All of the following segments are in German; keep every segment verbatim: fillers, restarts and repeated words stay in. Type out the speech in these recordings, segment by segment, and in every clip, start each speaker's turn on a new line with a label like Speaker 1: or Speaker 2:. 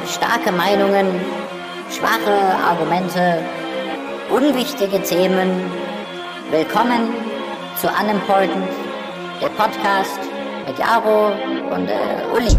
Speaker 1: starke Meinungen, schwache Argumente, unwichtige Themen. Willkommen zu Unimportant, der Podcast mit Jaro und äh, Uli.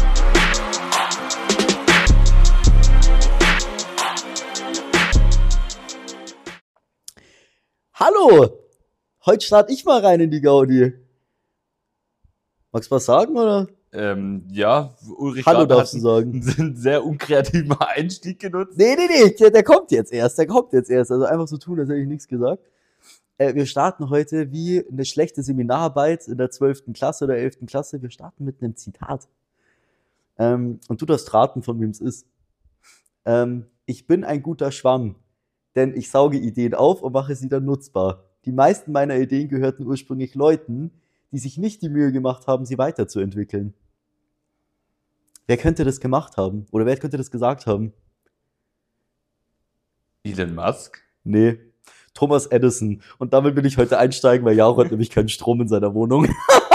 Speaker 2: Hallo! Heute starte ich mal rein in die Gaudi. Magst du was sagen, oder?
Speaker 3: Ähm, ja, Ulrich
Speaker 2: Hallo
Speaker 3: Gartner
Speaker 2: darfst du sagen.
Speaker 3: einen sehr unkreativen Einstieg genutzt.
Speaker 2: Nee, nee, nee, der, der kommt jetzt erst, der kommt jetzt erst. Also einfach so tun, als hätte ich nichts gesagt. Äh, wir starten heute wie eine schlechte Seminararbeit in der zwölften Klasse oder elften Klasse. Wir starten mit einem Zitat. Ähm, und du darfst raten, von wem es ist. Ähm, ich bin ein guter Schwamm, denn ich sauge Ideen auf und mache sie dann nutzbar. Die meisten meiner Ideen gehörten ursprünglich Leuten, die sich nicht die Mühe gemacht haben, sie weiterzuentwickeln. Wer könnte das gemacht haben? Oder wer könnte das gesagt haben?
Speaker 3: Elon Musk?
Speaker 2: Nee, Thomas Edison. Und damit will ich heute einsteigen, weil Jaro hat nämlich keinen Strom in seiner Wohnung.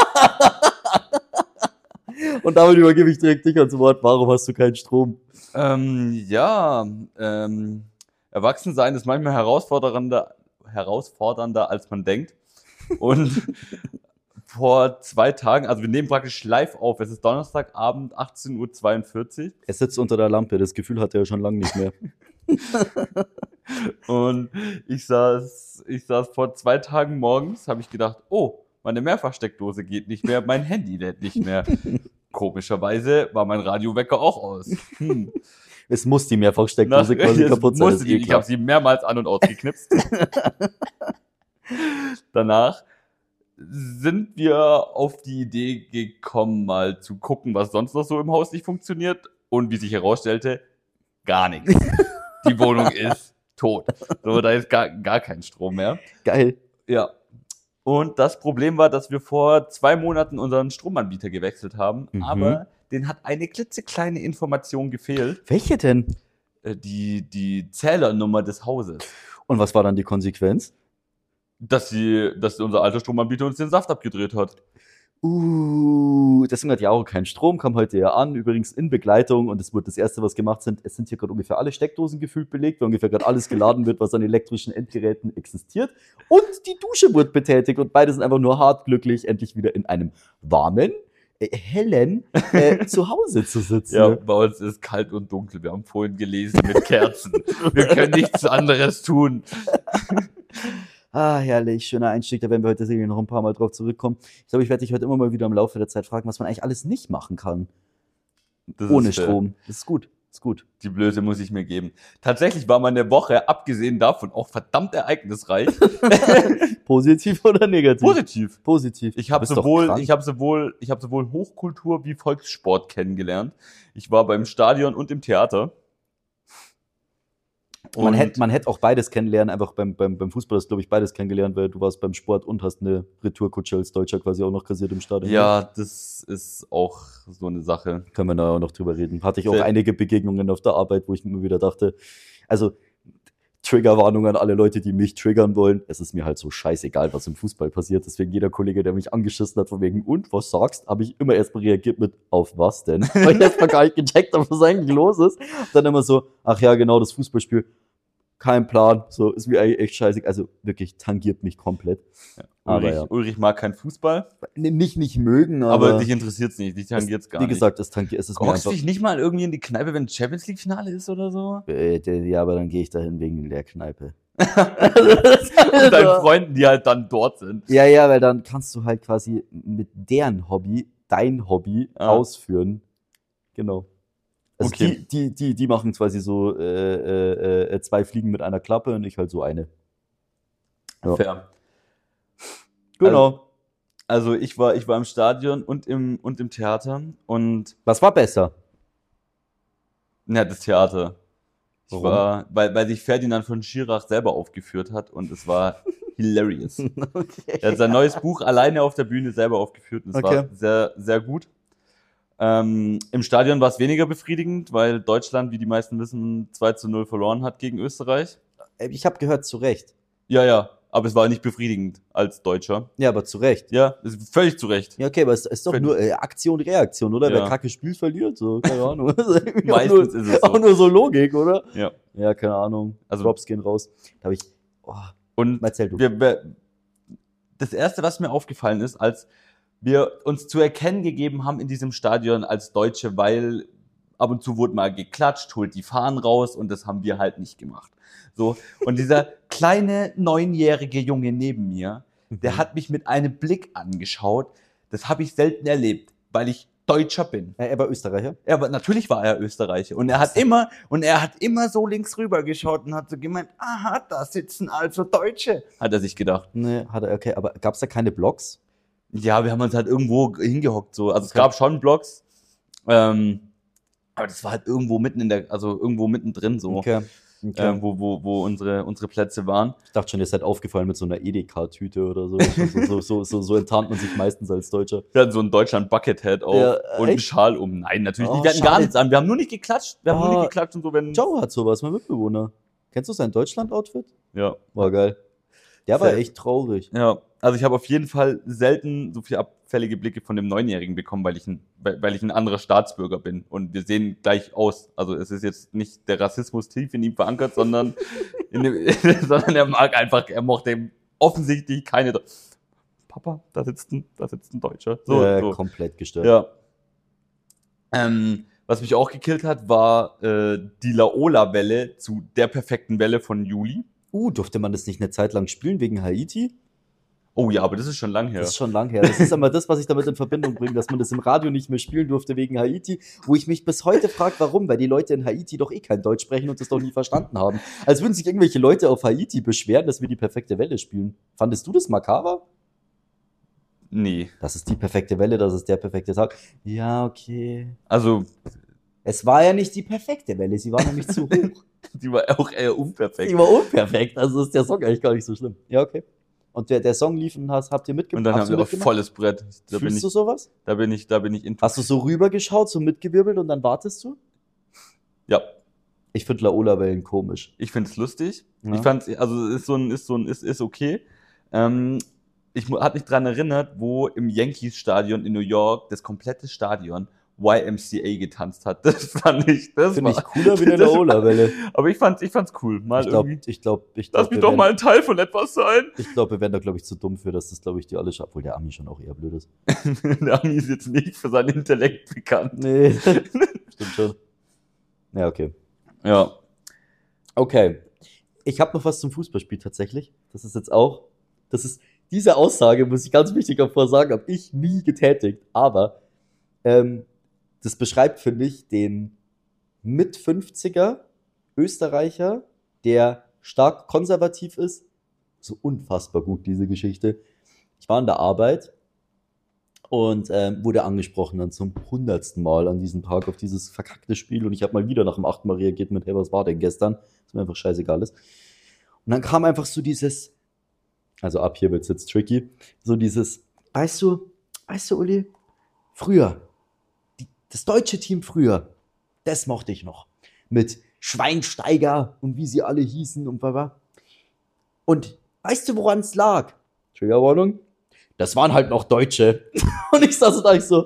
Speaker 2: Und damit übergebe ich direkt dich ans Wort. Warum hast du keinen Strom?
Speaker 3: Ähm, ja, ähm, Erwachsensein ist manchmal herausfordernder, herausfordernder, als man denkt. Und vor zwei Tagen, also wir nehmen praktisch live auf, es ist Donnerstagabend, achtzehn Uhr zweiundvierzig.
Speaker 2: Er sitzt unter der Lampe, das Gefühl hat er ja schon lange nicht mehr.
Speaker 3: Und ich saß, ich saß vor zwei Tagen morgens, habe ich gedacht, oh, meine Mehrfachsteckdose geht nicht mehr, mein Handy lädt nicht mehr. Komischerweise war mein Radiowecker auch aus. Hm.
Speaker 2: Es muss die Mehrfachsteckdose
Speaker 3: Nach-
Speaker 2: quasi
Speaker 3: es
Speaker 2: kaputt sein.
Speaker 3: musste
Speaker 2: ist eh
Speaker 3: die, ich
Speaker 2: klar.
Speaker 3: habe sie mehrmals an- und ausgeknipst. Danach sind wir auf die Idee gekommen, mal zu gucken, was sonst noch so im Haus nicht funktioniert. Und wie sich herausstellte, gar nichts. Die Wohnung ist tot. So, da ist gar, gar kein Strom mehr.
Speaker 2: Geil.
Speaker 3: Ja. Und das Problem war, dass wir vor zwei Monaten unseren Stromanbieter gewechselt haben,
Speaker 2: Mhm.
Speaker 3: aber den hat eine klitzekleine Information gefehlt,
Speaker 2: Welche denn?
Speaker 3: äh, die, die Zählernummer des Hauses.
Speaker 2: Und was war dann die Konsequenz?
Speaker 3: Dass sie, dass unser alter Stromanbieter uns den Saft abgedreht hat.
Speaker 2: Uh, deswegen hat Jaro keinen Strom, kam heute ja an, übrigens in Begleitung, und es wird das Erste, was gemacht sind, es sind hier gerade ungefähr alle Steckdosen gefühlt belegt, weil ungefähr gerade alles geladen wird, was an elektrischen Endgeräten existiert, und die Dusche wird betätigt, und beide sind einfach nur hart glücklich, endlich wieder in einem warmen, äh, hellen äh, Zuhause zu sitzen.
Speaker 3: Ja, bei uns ist kalt und dunkel. Wir haben vorhin gelesen mit Kerzen. Wir können nichts anderes tun.
Speaker 2: Ah, herrlich, schöner Einstieg, da werden wir heute sicher noch ein paar Mal drauf zurückkommen. Ich glaube, ich werde dich heute immer mal wieder im Laufe der Zeit fragen, was man eigentlich alles nicht machen kann.
Speaker 3: Das
Speaker 2: Ohne
Speaker 3: ist, äh,
Speaker 2: Strom. Das ist gut, das ist gut.
Speaker 3: Die Blöße muss ich mir geben. Tatsächlich war meine Woche, abgesehen davon, auch verdammt ereignisreich.
Speaker 2: Positiv oder negativ?
Speaker 3: Positiv.
Speaker 2: Positiv.
Speaker 3: Ich
Speaker 2: Du
Speaker 3: habe
Speaker 2: bist doch
Speaker 3: sowohl,
Speaker 2: krank.
Speaker 3: ich habe sowohl, ich habe sowohl Hochkultur wie Volkssport kennengelernt. Ich war beim Stadion und im Theater.
Speaker 2: Man
Speaker 3: Und-
Speaker 2: hätte man hätte auch beides kennenlernen, einfach beim, beim, beim Fußball hast du, glaube ich, beides kennengelernt, weil du warst beim Sport und hast eine Retourkutsche als Deutscher quasi auch noch kassiert im Stadion.
Speaker 3: Ja, das ist auch so eine Sache.
Speaker 2: Können wir da auch noch drüber reden. Hatte ich auch
Speaker 3: Sehr-
Speaker 2: einige Begegnungen auf der Arbeit, wo ich mir wieder dachte, also Triggerwarnung an alle Leute, die mich triggern wollen. Es ist mir halt so scheißegal, was im Fußball passiert. Deswegen jeder Kollege, der mich angeschissen hat, von wegen, und, was sagst, habe ich immer erstmal reagiert mit, auf was denn? Weil ich erstmal gar nicht gecheckt habe, was eigentlich los ist. Dann immer so, ach ja, genau, das Fußballspiel. Kein Plan, so ist mir eigentlich echt scheiße. Also wirklich tangiert mich komplett. Aber
Speaker 3: Ulrich,
Speaker 2: ja.
Speaker 3: Ulrich mag keinen Fußball,
Speaker 2: Nicht nicht mögen,
Speaker 3: aber,
Speaker 2: aber,
Speaker 3: dich interessiert's nicht. Dich tangiert's gar
Speaker 2: wie
Speaker 3: nicht.
Speaker 2: gesagt, es tangiert, es ist mir
Speaker 3: Guckst du
Speaker 2: einfach.
Speaker 3: dich nicht mal irgendwie in die Kneipe, wenn Champions League Finale ist oder so?
Speaker 2: Äh, der- ja, aber dann gehe ich dahin wegen der Kneipe.
Speaker 3: Und deinen Freunden, die halt dann dort sind.
Speaker 2: Ja, ja, weil dann kannst du halt quasi mit deren Hobby dein Hobby
Speaker 3: Ah.
Speaker 2: ausführen. Genau. Also
Speaker 3: Okay.
Speaker 2: die, die, die, die machen quasi so äh, äh, äh, zwei Fliegen mit einer Klappe und ich halt so eine. Ja.
Speaker 3: Fair.
Speaker 2: Genau.
Speaker 3: Also ich war, ich war im Stadion und im, und im Theater und
Speaker 2: Was war besser?
Speaker 3: ja, das Theater. Ich
Speaker 2: Warum?
Speaker 3: war, weil, weil sich Ferdinand von Schirach selber aufgeführt hat und es war hilarious.
Speaker 2: Okay.
Speaker 3: Er hat sein neues Buch alleine auf der Bühne selber aufgeführt und es
Speaker 2: Okay.
Speaker 3: war sehr, sehr gut. Ähm, Im Stadion war es weniger befriedigend, weil Deutschland, wie die meisten wissen, zwei zu null verloren hat gegen Österreich.
Speaker 2: Ich habe gehört, zu Recht.
Speaker 3: Ja, ja, aber es war nicht befriedigend als Deutscher.
Speaker 2: Ja, aber zu Recht.
Speaker 3: Ja, das ist völlig zu Recht.
Speaker 2: Ja, okay, aber es ist doch
Speaker 3: Völlig.
Speaker 2: nur äh, Aktion, Reaktion, oder?
Speaker 3: Ja.
Speaker 2: Wer Kacke spielt, verliert. So, keine Ahnung. Das ist irgendwie auch,
Speaker 3: Meistens
Speaker 2: nur,
Speaker 3: ist es so.
Speaker 2: auch nur so Logik, oder?
Speaker 3: Ja.
Speaker 2: Ja, keine Ahnung.
Speaker 3: Also-
Speaker 2: Props gehen raus. Da habe ich. Oh,
Speaker 3: Und
Speaker 2: erzähl du.
Speaker 3: wir, wir, das Erste, was mir aufgefallen ist, als wir uns zu erkennen gegeben haben in diesem Stadion als Deutsche, weil ab und zu wurde mal geklatscht, holt die Fahnen raus und das haben wir halt nicht gemacht. So. Und dieser kleine neunjährige Junge neben mir, der hat mich mit einem Blick angeschaut. Das habe ich selten erlebt, weil ich Deutscher bin.
Speaker 2: Ja, er war Österreicher.
Speaker 3: Er war, natürlich war er Österreicher und er hat immer und er hat immer so links rüber geschaut und hat so gemeint, aha, da sitzen also Deutsche, hat er sich gedacht.
Speaker 2: Nee, hat er, okay, aber gab es da keine Blogs?
Speaker 3: Ja, wir haben uns halt irgendwo hingehockt so. Also es
Speaker 2: Okay.
Speaker 3: gab schon Blogs, ähm, aber das war halt irgendwo mitten in der, also irgendwo mittendrin so,
Speaker 2: Okay. okay.
Speaker 3: ähm, wo, wo, wo unsere, unsere Plätze waren.
Speaker 2: Ich dachte schon, ihr seid aufgefallen mit so einer Edeka-Tüte oder so. so, so, so, so, so enttarnt man sich meistens als Deutscher.
Speaker 3: Wir hatten so ein Deutschland Buckethead auf
Speaker 2: Ja,
Speaker 3: und einen
Speaker 2: echt?
Speaker 3: Schal um. Nein, natürlich
Speaker 2: Oh,
Speaker 3: nicht. Wir hatten gar
Speaker 2: schade.
Speaker 3: nichts an. Wir haben nur nicht geklatscht. Wir haben nur
Speaker 2: Ah.
Speaker 3: nicht geklatscht und so, wenn.
Speaker 2: Joe hat sowas, mein Mitbewohner. Kennst du sein Deutschland-Outfit?
Speaker 3: Ja.
Speaker 2: War geil. Der war
Speaker 3: Sehr-
Speaker 2: echt traurig.
Speaker 3: Ja, also ich habe auf jeden Fall selten so viele abfällige Blicke von dem Neunjährigen bekommen, weil ich ein, weil weil ich ein anderer Staatsbürger bin. Und wir sehen gleich aus. Also es ist jetzt nicht der Rassismus tief in ihm verankert, sondern, in dem, sondern er mag einfach, er mochte offensichtlich keine. Deu- Papa, da sitzt ein, da sitzt ein Deutscher. So,
Speaker 2: äh,
Speaker 3: so.
Speaker 2: Komplett gestört.
Speaker 3: Ja. Ähm, was mich auch gekillt hat, war äh, die Laola-Welle zu der perfekten Welle von Juli.
Speaker 2: Uh, durfte man das nicht eine Zeit lang spielen wegen Haiti?
Speaker 3: Oh ja, aber das ist schon lang her.
Speaker 2: Das ist schon lang her. Das ist immer das, was ich damit in Verbindung bringe, dass man das im Radio nicht mehr spielen durfte wegen Haiti, wo ich mich bis heute frage, warum, weil die Leute in Haiti doch eh kein Deutsch sprechen und das doch nie verstanden haben. Als würden sich irgendwelche Leute auf Haiti beschweren, dass wir die perfekte Welle spielen. Fandest du das makaber?
Speaker 3: Nee.
Speaker 2: Das ist die perfekte Welle, das ist der perfekte Tag. Ja, okay.
Speaker 3: Also,
Speaker 2: Es war ja nicht die perfekte Welle, sie war nämlich zu hoch.
Speaker 3: die war auch eher unperfekt.
Speaker 2: Sie war unperfekt, also ist der Song eigentlich gar nicht so schlimm. Ja, okay. Und der, der Song lief und hast, habt ihr mitgemacht?
Speaker 3: Und dann haben
Speaker 2: Hast du
Speaker 3: wir auch
Speaker 2: mitgemacht?
Speaker 3: volles Brett. Da bin,
Speaker 2: Fühlst
Speaker 3: ich,
Speaker 2: du sowas?
Speaker 3: da bin ich, da bin ich in.
Speaker 2: Hast du so rübergeschaut, so mitgewirbelt und dann wartest du?
Speaker 3: Ja,
Speaker 2: Ich finde Laola-Wellen komisch.
Speaker 3: ich find's lustig.
Speaker 2: Ja.
Speaker 3: Ich fand's, also es ist so ein, ist so ein, ist, ist okay. Ähm, ich mu- hat mich dran erinnert, wo im Yankees-Stadion in New York das komplette Stadion Y M C A getanzt hat. Das fand ich, das
Speaker 2: Finde
Speaker 3: war,
Speaker 2: ich cooler wie eine
Speaker 3: das-
Speaker 2: Laola-Welle.
Speaker 3: Aber ich fand's, ich fand's cool. Mal
Speaker 2: Ich glaube,
Speaker 3: irgendwie.
Speaker 2: ich glaube, ich
Speaker 3: Lass
Speaker 2: glaube,
Speaker 3: mich
Speaker 2: wir,
Speaker 3: doch
Speaker 2: wären-
Speaker 3: mal ein Teil von etwas sein.
Speaker 2: ich glaub, wir wären da, glaube ich, zu dumm für, dass das, glaube ich, die alle schaffen. Obwohl der Ami schon auch eher blöd ist.
Speaker 3: Der Ami ist jetzt nicht für seinen Intellekt bekannt.
Speaker 2: Nee, stimmt schon. Ja, okay.
Speaker 3: Ja.
Speaker 2: Okay. Ich habe noch was zum Fußballspiel tatsächlich. Das ist jetzt auch, das ist, diese Aussage, muss ich ganz wichtig davor sagen, habe ich nie getätigt. Aber ähm, das beschreibt für mich den mit fünfziger Österreicher, der stark konservativ ist. So unfassbar gut, diese Geschichte. Ich war in der Arbeit und ähm, wurde angesprochen dann zum hundertsten Mal an diesem Tag auf dieses verkackte Spiel. Und ich habe mal wieder nach dem achten Mal reagiert mit, hey, was war denn gestern? Was mir einfach scheißegal ist. Und dann kam einfach so dieses, also ab hier wird's jetzt tricky, so dieses, weißt du, weißt du, Uli, früher, die, das deutsche Team früher, das mochte ich noch. Mit Schweinsteiger und wie sie alle hießen und bla. Und weißt du, woran es lag? Triggerwarnung. Das waren halt noch Deutsche. Und ich saß da ich so,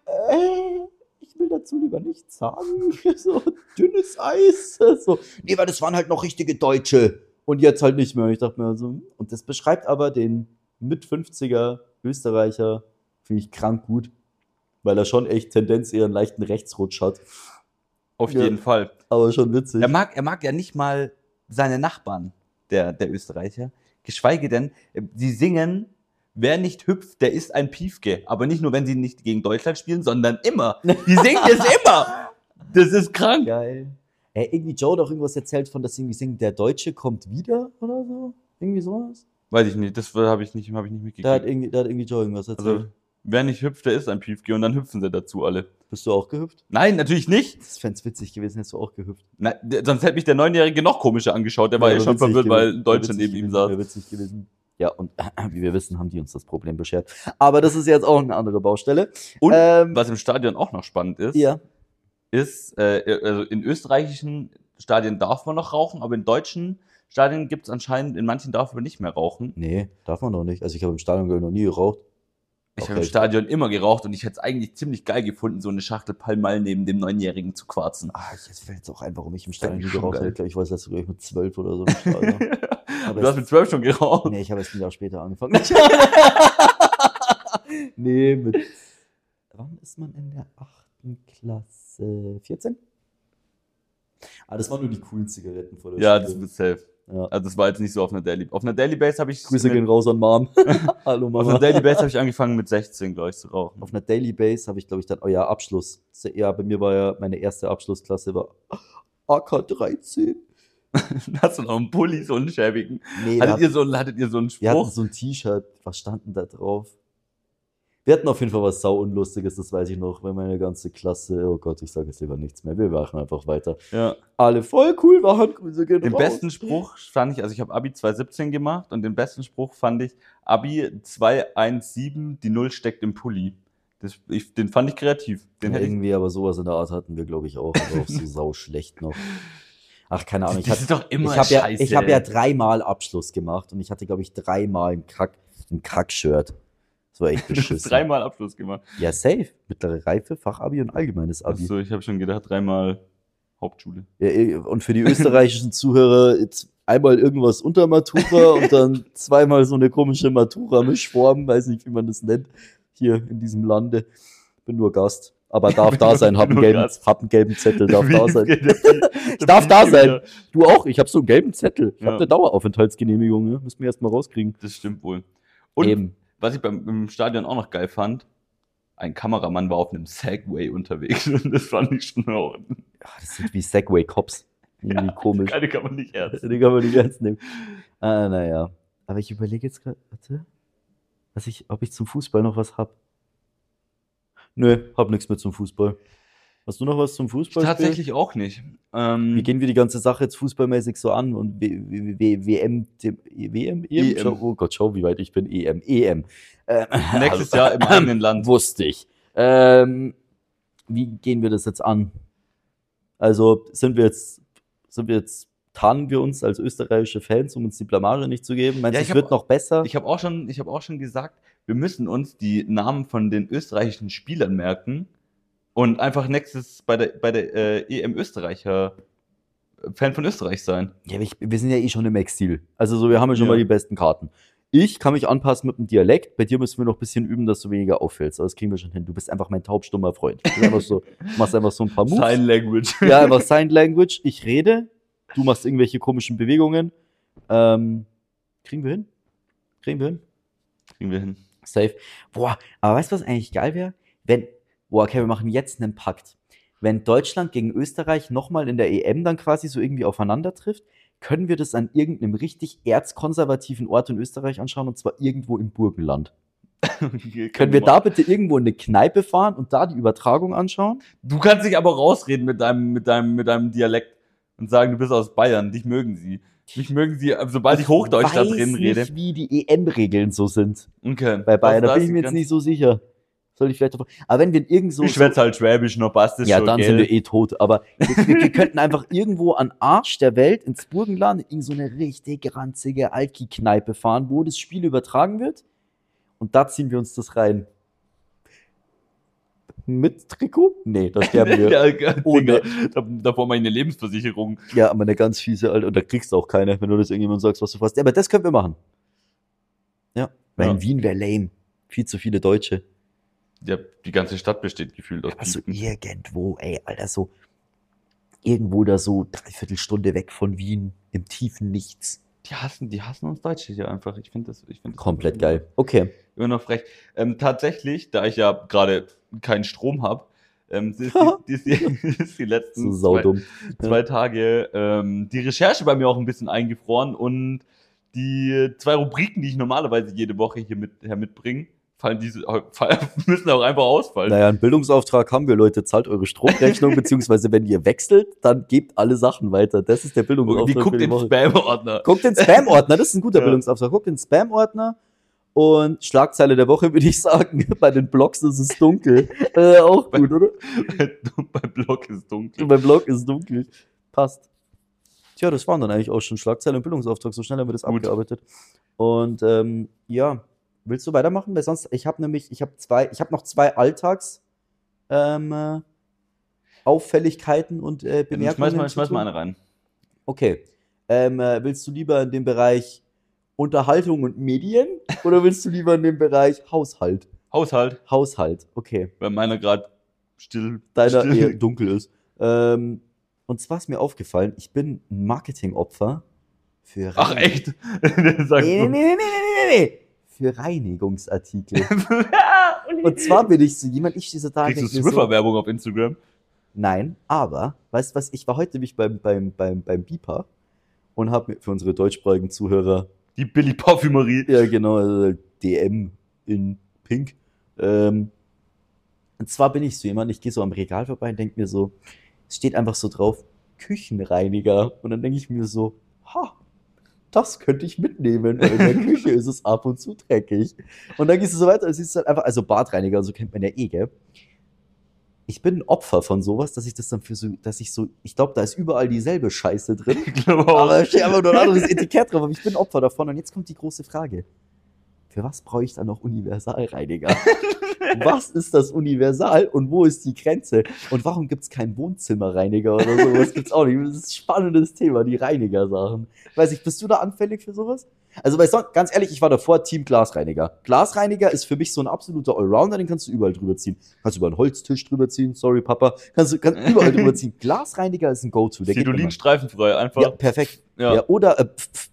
Speaker 2: äh, ich will dazu lieber nichts sagen. So dünnes Eis. So, nee, weil das waren halt noch richtige Deutsche. Und jetzt halt nicht mehr. Und ich dachte mir so, und das beschreibt aber den mit fünfziger Österreicher, finde ich krank gut, weil er schon echt Tendenz eher einen leichten Rechtsrutsch hat.
Speaker 3: Auf
Speaker 2: Ja.
Speaker 3: jeden Fall.
Speaker 2: Aber schon witzig.
Speaker 3: Er mag, er mag ja nicht mal seine Nachbarn, der, der Österreicher. Geschweige denn, äh, sie singen, wer nicht hüpft, der ist ein Piefke. Aber nicht nur, wenn sie nicht gegen Deutschland spielen, sondern immer. Die singen es immer. Das ist krank.
Speaker 2: Geil. Ey, irgendwie Joe hat auch irgendwas erzählt von, dass sie irgendwie singen, der Deutsche kommt wieder oder so. Irgendwie sowas.
Speaker 3: Weiß ich nicht, das habe ich nicht, habe ich nicht
Speaker 2: Da hat,
Speaker 3: mitgekriegt.
Speaker 2: irgendwie, da hat irgendwie Joe irgendwas erzählt.
Speaker 3: Also, wer nicht hüpft, der ist ein Piefke. Und dann hüpfen sie dazu alle.
Speaker 2: Bist du auch gehüpft?
Speaker 3: Nein, natürlich nicht.
Speaker 2: Das fänd's witzig gewesen, hättest du auch gehüpft.
Speaker 3: Na, d- sonst hätte mich der Neunjährige noch komischer angeschaut. Der war ja,
Speaker 2: wär
Speaker 3: schon
Speaker 2: witzig
Speaker 3: verwirrt,
Speaker 2: gewesen.
Speaker 3: weil
Speaker 2: Wär
Speaker 3: Deutschland
Speaker 2: witzig
Speaker 3: neben ihm
Speaker 2: gewesen,
Speaker 3: saß.
Speaker 2: wär witzig gewesen. Ja, und wie wir wissen, haben die uns das Problem beschert. Aber das ist jetzt auch eine andere Baustelle.
Speaker 3: Und
Speaker 2: Ähm,
Speaker 3: was im Stadion auch noch spannend ist,
Speaker 2: Ja.
Speaker 3: ist, äh, also in österreichischen Stadien darf man noch rauchen, aber in deutschen Stadien gibt es anscheinend, in manchen darf man nicht mehr rauchen.
Speaker 2: Nee, darf man doch nicht. Also ich habe im Stadion glaub ich, noch nie geraucht.
Speaker 3: Ich
Speaker 2: Auch
Speaker 3: habe im
Speaker 2: recht.
Speaker 3: Stadion immer geraucht und ich hätte es eigentlich ziemlich geil gefunden, so eine Schachtel Palmal neben dem Neunjährigen zu quarzen.
Speaker 2: Ah, ich weiß jetzt auch einfach, warum ich im Stadion nie
Speaker 3: Schon
Speaker 2: geraucht
Speaker 3: geil.
Speaker 2: habe. Ich glaube, ich war das letzte, glaub ich, mit zwölf oder so. Im Stadion. Aber
Speaker 3: Du hast
Speaker 2: es-
Speaker 3: mit zwölf schon geraucht.
Speaker 2: Nee, ich habe erst ein Jahr später angefangen. nee, mit. Wann ist man in der achten Klasse? vierzehn? Ah, das waren nur die coolen Zigaretten vor der
Speaker 3: Ja, das
Speaker 2: Schule.
Speaker 3: wird safe.
Speaker 2: Ja.
Speaker 3: Also das war jetzt nicht so auf einer Daily. Auf einer Daily Base habe ich
Speaker 2: Grüße
Speaker 3: mit,
Speaker 2: gehen raus an Mom. Hallo
Speaker 3: auf
Speaker 2: Mama.
Speaker 3: einer Daily Base habe ich angefangen mit sechzehn, glaube ich, zu rauchen.
Speaker 2: Auf einer Daily Base habe ich, glaube ich, dann, oh ja, Abschluss. Ja, bei mir war ja, meine erste Abschlussklasse war A K dreizehn.
Speaker 3: Hast du noch einen Pulli, so einen schäbigen?
Speaker 2: Nee, da
Speaker 3: Hattet ihr, so, hattet ihr so einen
Speaker 2: wir hatten
Speaker 3: Spruch?
Speaker 2: so ein T-Shirt, was stand denn da drauf? Wir hatten auf jeden Fall was sau Unlustiges, das weiß ich noch, weil meine ganze Klasse, oh Gott, ich sage jetzt lieber nichts mehr, wir machen einfach weiter.
Speaker 3: Ja.
Speaker 2: Alle voll cool waren, Grüße gehen
Speaker 3: Den
Speaker 2: raus.
Speaker 3: besten Spruch fand ich, also ich habe Abi zwanzig siebzehn gemacht und den besten Spruch fand ich, Abi zwei eins sieben, die Null steckt im Pulli. Das, ich, den fand ich kreativ. Den
Speaker 2: Ja,
Speaker 3: hätte ich,
Speaker 2: irgendwie, aber sowas in der Art hatten wir, glaube ich, auch, aber auch so sau schlecht noch. Ach, keine Ahnung. Ich
Speaker 3: das
Speaker 2: hatte,
Speaker 3: ist doch immer
Speaker 2: ich habe ja,
Speaker 3: scheiße.
Speaker 2: ich hab ja dreimal Abschluss gemacht und ich hatte, glaube ich, dreimal ein Kack, ein Kack-Shirt. Das war echt
Speaker 3: Du hast
Speaker 2: beschissen.
Speaker 3: dreimal Abschluss gemacht.
Speaker 2: Ja, safe. Mittlere Reife, Fachabi und allgemeines Abi.
Speaker 3: Achso, ich habe schon gedacht, dreimal Hauptschule.
Speaker 2: Ja, eh, und für die österreichischen Zuhörer jetzt einmal irgendwas unter Matura und dann zweimal so eine komische Matura-Mischform, weiß nicht, wie man das nennt, hier in diesem Lande. Bin nur Gast, aber darf da sein, hab einen
Speaker 3: Nur
Speaker 2: gelben,
Speaker 3: Gast.
Speaker 2: hab einen gelben Zettel, darf
Speaker 3: Wie
Speaker 2: da
Speaker 3: jetzt
Speaker 2: sein.
Speaker 3: geht das nicht?
Speaker 2: Ich darf da
Speaker 3: bin
Speaker 2: sein.
Speaker 3: wieder-
Speaker 2: Du auch, ich habe so einen gelben Zettel. Ich
Speaker 3: Ja.
Speaker 2: habe eine Daueraufenthaltsgenehmigung, ne? Müssen wir erst mal rauskriegen.
Speaker 3: Das stimmt wohl. Und
Speaker 2: Eben.
Speaker 3: was ich beim im Stadion auch noch geil fand, ein Kameramann war auf einem Segway unterwegs und das fand ich schon auch.
Speaker 2: Ja, das sind wie Segway-Cops. Irgendwie
Speaker 3: Ja,
Speaker 2: komisch.
Speaker 3: Keine kann man nicht ernst.
Speaker 2: Die kann man nicht ernst nehmen. Ah, naja. Aber ich überlege jetzt gerade, warte, was ich, ob ich zum Fußball noch was hab. Nö, hab nichts mehr zum Fußball. Hast du noch was zum Fußball?
Speaker 3: Tatsächlich auch nicht. Ähm,
Speaker 2: Wie gehen wir die ganze Sache jetzt fußballmäßig so an? Und W- W- W- WM, dem- W M, E M?
Speaker 3: E M.
Speaker 2: Schau, oh Gott, schau, wie weit ich bin. E M, E M. Äh,
Speaker 3: nächstes Jahr im eigenen Land.
Speaker 2: Wusste ich. Ähm, wie gehen wir das jetzt an? Also sind wir jetzt, sind wir jetzt, tarnen wir uns als österreichische Fans, um uns die Blamage nicht zu geben? Meinst
Speaker 3: Ja,
Speaker 2: du,
Speaker 3: ich
Speaker 2: es
Speaker 3: hab-
Speaker 2: wird noch besser?
Speaker 3: Ich habe auch schon, ich habe auch schon gesagt, wir müssen uns die Namen von den österreichischen Spielern merken und einfach nächstes bei der bei der äh, E M Österreicher äh, Fan von Österreich sein.
Speaker 2: Ja, aber ich, wir sind ja eh schon im Exil. Also so, wir haben ja schon
Speaker 3: Ja.
Speaker 2: mal die besten Karten. Ich kann mich anpassen mit dem Dialekt. Bei dir müssen wir noch ein bisschen üben, dass du weniger auffällst. Aber das kriegen wir schon hin. Du bist einfach mein taubstummer Freund. Du bist einfach so, du machst einfach so ein paar Moves.
Speaker 3: Sign Language.
Speaker 2: Ja, einfach Sign Language. Ich rede. Du machst irgendwelche komischen Bewegungen. Ähm, kriegen wir hin? Kriegen wir hin?
Speaker 3: Kriegen wir hin.
Speaker 2: Safe. Boah, aber weißt du, was eigentlich geil wäre? Wenn, boah, okay, wir machen jetzt einen Pakt. Wenn Deutschland gegen Österreich nochmal in der E M dann quasi so irgendwie aufeinander trifft, können wir das an irgendeinem richtig erzkonservativen Ort in Österreich anschauen, und zwar irgendwo im Burgenland. Können wir da bitte irgendwo in eine Kneipe fahren und da die Übertragung anschauen?
Speaker 3: Du kannst dich aber rausreden mit deinem, mit deinem, mit deinem Dialekt und sagen, du bist aus Bayern. Dich mögen sie. Mich mögen sie, sobald ich Hochdeutsch da drin
Speaker 2: Ich
Speaker 3: rede.
Speaker 2: weiß nicht, wie die E M-Regeln so sind
Speaker 3: Okay.
Speaker 2: bei Bayern. Da
Speaker 3: Das-
Speaker 2: bin ich mir jetzt
Speaker 3: das-
Speaker 2: nicht so sicher. Soll ich vielleicht davon. Aber wenn wir in irgend so.
Speaker 3: Ich schwätze halt Schwäbisch noch, passt das
Speaker 2: Ja,
Speaker 3: schon,
Speaker 2: dann
Speaker 3: gell?
Speaker 2: sind wir eh tot. Aber wir, wir, wir könnten einfach irgendwo an Arsch der Welt ins Burgenland in so eine richtig ranzige Alki-Kneipe fahren, wo das Spiel übertragen wird. Und da ziehen wir uns das rein. Mit Trikot? Nee, da sterben wir.
Speaker 3: Ja, Digga,
Speaker 2: Ohne.
Speaker 3: da, da brauchen wir eine Lebensversicherung.
Speaker 2: Ja, aber eine ganz fiese, Alter. Und da kriegst du auch keine, wenn du das irgendjemand sagst, was du fast. Ja, aber das können wir machen. Ja. Weil
Speaker 3: Ja.
Speaker 2: in Wien wäre lame. Viel zu viele Deutsche.
Speaker 3: Ja, die ganze Stadt besteht gefühlt aus
Speaker 2: Also
Speaker 3: Piepen.
Speaker 2: irgendwo, ey, Alter, so. Irgendwo da so dreiviertel Stunde weg von Wien, im tiefen Nichts.
Speaker 3: Die hassen, die hassen uns Deutsche hier einfach. Ich finde das, ich finde das
Speaker 2: Komplett geil. Okay.
Speaker 3: Immer noch frech. Ähm, tatsächlich, da ich ja gerade keinen Strom habe, ähm, ist, die, ist, die, ist die letzten
Speaker 2: So
Speaker 3: zwei,
Speaker 2: saudumm.
Speaker 3: zwei Tage ähm, die Recherche bei mir auch ein bisschen eingefroren und die zwei Rubriken, die ich normalerweise jede Woche hier mit, her mitbringe, fallen diese, fallen, müssen auch einfach ausfallen.
Speaker 2: Naja, einen Bildungsauftrag haben wir, Leute. Zahlt eure Stromrechnung, beziehungsweise wenn ihr wechselt, dann gebt alle Sachen weiter. Das ist der
Speaker 3: Und
Speaker 2: Bildungsauftrag.
Speaker 3: die guckt
Speaker 2: für die
Speaker 3: den
Speaker 2: Woche.
Speaker 3: Spam-Ordner.
Speaker 2: Guckt den Spam-Ordner, das ist ein guter
Speaker 3: Ja.
Speaker 2: Bildungsauftrag. Guckt den Spam-Ordner und Schlagzeile der Woche würde ich sagen, bei den Blogs ist es dunkel. Äh, auch gut, oder?
Speaker 3: Beim Blog ist dunkel.
Speaker 2: Beim Blog ist es dunkel. Passt. Tja, das waren dann eigentlich auch schon Schlagzeilen und Bildungsauftrag. So schnell haben wir das
Speaker 3: Gut.
Speaker 2: abgearbeitet. Und ähm, ja, willst du weitermachen? Weil sonst, ich habe nämlich, ich habe zwei, ich habe noch zwei Alltags ähm, äh, Auffälligkeiten und äh,
Speaker 3: Ja, dann
Speaker 2: Bemerkungen.
Speaker 3: schmeiß mal,
Speaker 2: zu
Speaker 3: schmeiß
Speaker 2: tun.
Speaker 3: mal eine rein.
Speaker 2: Okay. Ähm, äh, willst du lieber in dem Bereich Unterhaltung und Medien oder willst du lieber in dem Bereich Haushalt?
Speaker 3: Haushalt,
Speaker 2: Haushalt, okay.
Speaker 3: weil meiner gerade still,
Speaker 2: Deiner
Speaker 3: still.
Speaker 2: eher dunkel ist. Ähm, und zwar ist mir aufgefallen, ich bin ein Marketingopfer für
Speaker 3: Ach,
Speaker 2: Rein-
Speaker 3: echt? Sag
Speaker 2: Nee, nee,
Speaker 3: so.
Speaker 2: nee, nee, nee, nee, nee. Für Reinigungsartikel. Und zwar bin ich so jemand, ich stehe so da und
Speaker 3: Kriegst du
Speaker 2: denk mir so,
Speaker 3: Swiffer-Werbung auf Instagram?
Speaker 2: nein, aber, weißt du was, ich war heute nämlich beim, beim, beim, beim Beeper und habe mir für unsere deutschsprachigen Zuhörer,
Speaker 3: Die Billy Parfümerie.
Speaker 2: ja genau, also D M in Pink, ähm, und zwar bin ich so jemand, ich gehe so am Regal vorbei und denke mir so, es steht einfach so drauf, Küchenreiniger. Und dann denke ich mir so, ha, das könnte ich mitnehmen, weil in der Küche ist es ab und zu dreckig. Und dann gehst du so weiter, es ist halt einfach, also Badreiniger, so kennt man ja eh, gell? Ich bin ein Opfer von sowas, dass ich das dann für so, dass ich so, ich glaube, da ist überall dieselbe Scheiße drin.
Speaker 3: Ich glaube auch.
Speaker 2: Aber da steht einfach nur ein anderes Etikett drauf, aber ich bin Opfer davon. Und jetzt kommt die große Frage. Für was brauche ich dann noch Universalreiniger? Was ist das Universal und wo ist die Grenze? Und warum gibt es keinen Wohnzimmerreiniger oder sowas? Gibt's auch nicht. Das ist ein spannendes Thema, die Reinigersachen. Weiß ich, bist du da anfällig für sowas? Also bei Son ganz ehrlich, ich war davor Team Glasreiniger. Glasreiniger ist für mich so ein absoluter Allrounder, den kannst du überall drüber ziehen. Kannst du über einen Holztisch drüber ziehen, sorry Papa. Kannst du kannst überall drüber ziehen. Glasreiniger ist ein Go-To. Der geht immer.
Speaker 3: Sidolin streifenfrei, einfach.
Speaker 2: Ja, perfekt. Ja.
Speaker 3: Ja.
Speaker 2: Oder äh, pf, pf.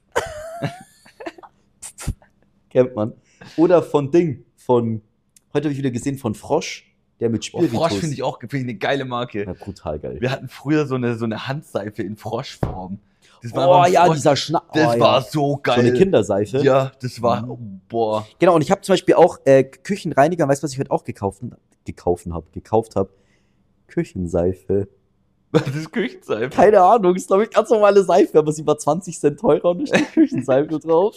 Speaker 2: Kennt man. Oder von Ding, von, heute habe ich wieder gesehen, von Frosch, der mit
Speaker 3: Oh,
Speaker 2: Spiritus.
Speaker 3: Frosch finde ich auch find ich eine geile Marke.
Speaker 2: Ja, brutal geil.
Speaker 3: Wir hatten früher so eine, so eine Handseife in Froschform. Das
Speaker 2: Oh
Speaker 3: einfach ein
Speaker 2: ja,
Speaker 3: Frosch-
Speaker 2: dieser Schnapp.
Speaker 3: Das
Speaker 2: oh,
Speaker 3: war
Speaker 2: ja.
Speaker 3: so geil.
Speaker 2: So eine Kinderseife.
Speaker 3: Ja, das war,
Speaker 2: Mhm.
Speaker 3: oh, boah.
Speaker 2: Genau, und ich habe zum Beispiel auch äh, Küchenreiniger, weißt du, was ich heute auch gekauft, gekauft habe? Gekauft habe? Küchenseife.
Speaker 3: Das ist Küchenseife.
Speaker 2: Keine Ahnung, ist glaube ich ganz normale Seife, aber sie war zwanzig Cent teurer und da steht Küchenseife drauf.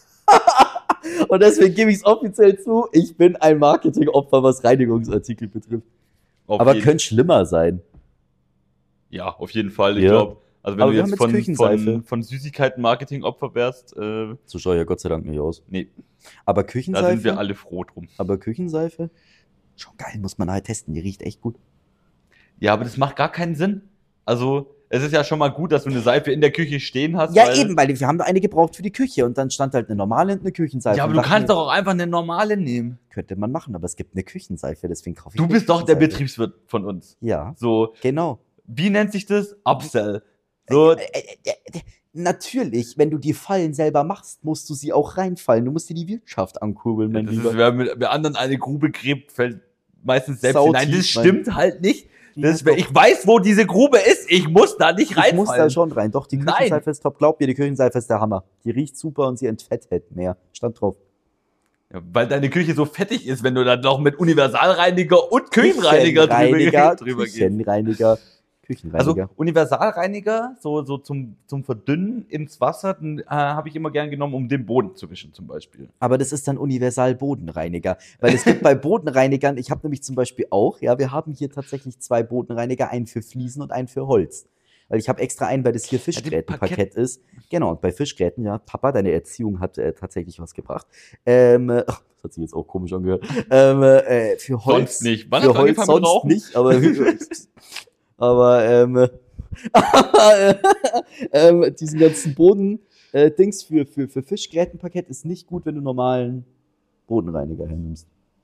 Speaker 2: Und deswegen gebe ich es offiziell zu, ich bin ein Marketingopfer, was Reinigungsartikel betrifft.
Speaker 3: Auf
Speaker 2: Aber
Speaker 3: jeden-
Speaker 2: könnte schlimmer sein.
Speaker 3: Ja, auf jeden Fall. Ich
Speaker 2: Ja.
Speaker 3: glaube, also wenn
Speaker 2: Aber
Speaker 3: du
Speaker 2: wir haben
Speaker 3: jetzt
Speaker 2: jetzt
Speaker 3: von,
Speaker 2: Küchenseife.
Speaker 3: von, von Süßigkeiten-Marketing-Opfer wärst, äh,
Speaker 2: So schaue ich ja Gott sei Dank nicht aus.
Speaker 3: nee,
Speaker 2: Aber
Speaker 3: da
Speaker 2: Küchenseife?
Speaker 3: sind wir alle froh drum.
Speaker 2: Aber Küchenseife? Schon geil, muss man halt testen, die riecht echt gut.
Speaker 3: Ja, aber das macht gar keinen Sinn. Also, es ist ja schon mal gut, dass du eine Seife in der Küche stehen hast.
Speaker 2: Ja,
Speaker 3: weil,
Speaker 2: eben, weil wir haben da eine gebraucht für die Küche und dann stand halt eine normale und eine Küchenseife.
Speaker 3: Ja, aber
Speaker 2: Und
Speaker 3: du
Speaker 2: dachten
Speaker 3: kannst
Speaker 2: wir,
Speaker 3: doch auch einfach eine normale nehmen.
Speaker 2: Könnte man machen, aber es gibt eine Küchenseife, deswegen kaufe ich
Speaker 3: Du
Speaker 2: eine
Speaker 3: bist doch der
Speaker 2: Küchenseife.
Speaker 3: Betriebswirt von uns.
Speaker 2: Ja,
Speaker 3: So,
Speaker 2: genau.
Speaker 3: wie nennt sich das? Upsell. So,
Speaker 2: Äh, äh, äh, äh, natürlich, wenn du die Fallen selber machst, musst du sie auch reinfallen. Du musst dir die Wirtschaft ankurbeln, mein
Speaker 3: das
Speaker 2: Lieber.
Speaker 3: ist, wer mit, wer anderen eine Grube gräbt, fällt meistens selbst
Speaker 2: Sau
Speaker 3: hinein. Das
Speaker 2: tief rein.
Speaker 3: stimmt halt nicht. Das,
Speaker 2: Ja,
Speaker 3: ich weiß, wo diese Grube ist. Ich muss da nicht
Speaker 2: Ich
Speaker 3: reinfallen.
Speaker 2: muss da schon rein. Doch, die
Speaker 3: Nein.
Speaker 2: Küchenseife ist top. Glaub mir, die Küchenseife ist der Hammer. Die riecht super und sie entfettet mehr. Stand drauf.
Speaker 3: Ja, weil deine Küche so fettig ist, wenn du dann noch mit Universalreiniger und Küchenreiniger
Speaker 2: Küchenreiniger,
Speaker 3: drüber, drüber gehst.
Speaker 2: Küchenreiniger,
Speaker 3: Also
Speaker 2: Küchenreiniger.
Speaker 3: Universalreiniger, so, so zum, zum Verdünnen ins Wasser, den äh, habe ich immer gern genommen, um den Boden zu wischen zum Beispiel.
Speaker 2: Aber das ist dann Universal-Bodenreiniger. Weil es gibt bei Bodenreinigern, ich habe nämlich zum Beispiel auch, ja, wir haben hier tatsächlich zwei Bodenreiniger, einen für Fliesen und einen für Holz. Weil ich habe extra einen, weil das hier Fischgrätenparkett ist. Genau, und bei Fischgräten, ja, Papa, deine Erziehung hat äh, tatsächlich was gebracht. Ähm, äh, ach, das hat sich jetzt auch komisch angehört. Ähm, äh, für Holz.
Speaker 3: Sonst nicht. Wann
Speaker 2: für
Speaker 3: hast du
Speaker 2: Holz
Speaker 3: angefangen mit
Speaker 2: sonst
Speaker 3: Rauchen?
Speaker 2: nicht, aber, aber ähm, ähm, diesen ganzen Boden äh, Dings für, für, für Fischgrätenparkett ist nicht gut, wenn du normalen Bodenreiniger hernimmst.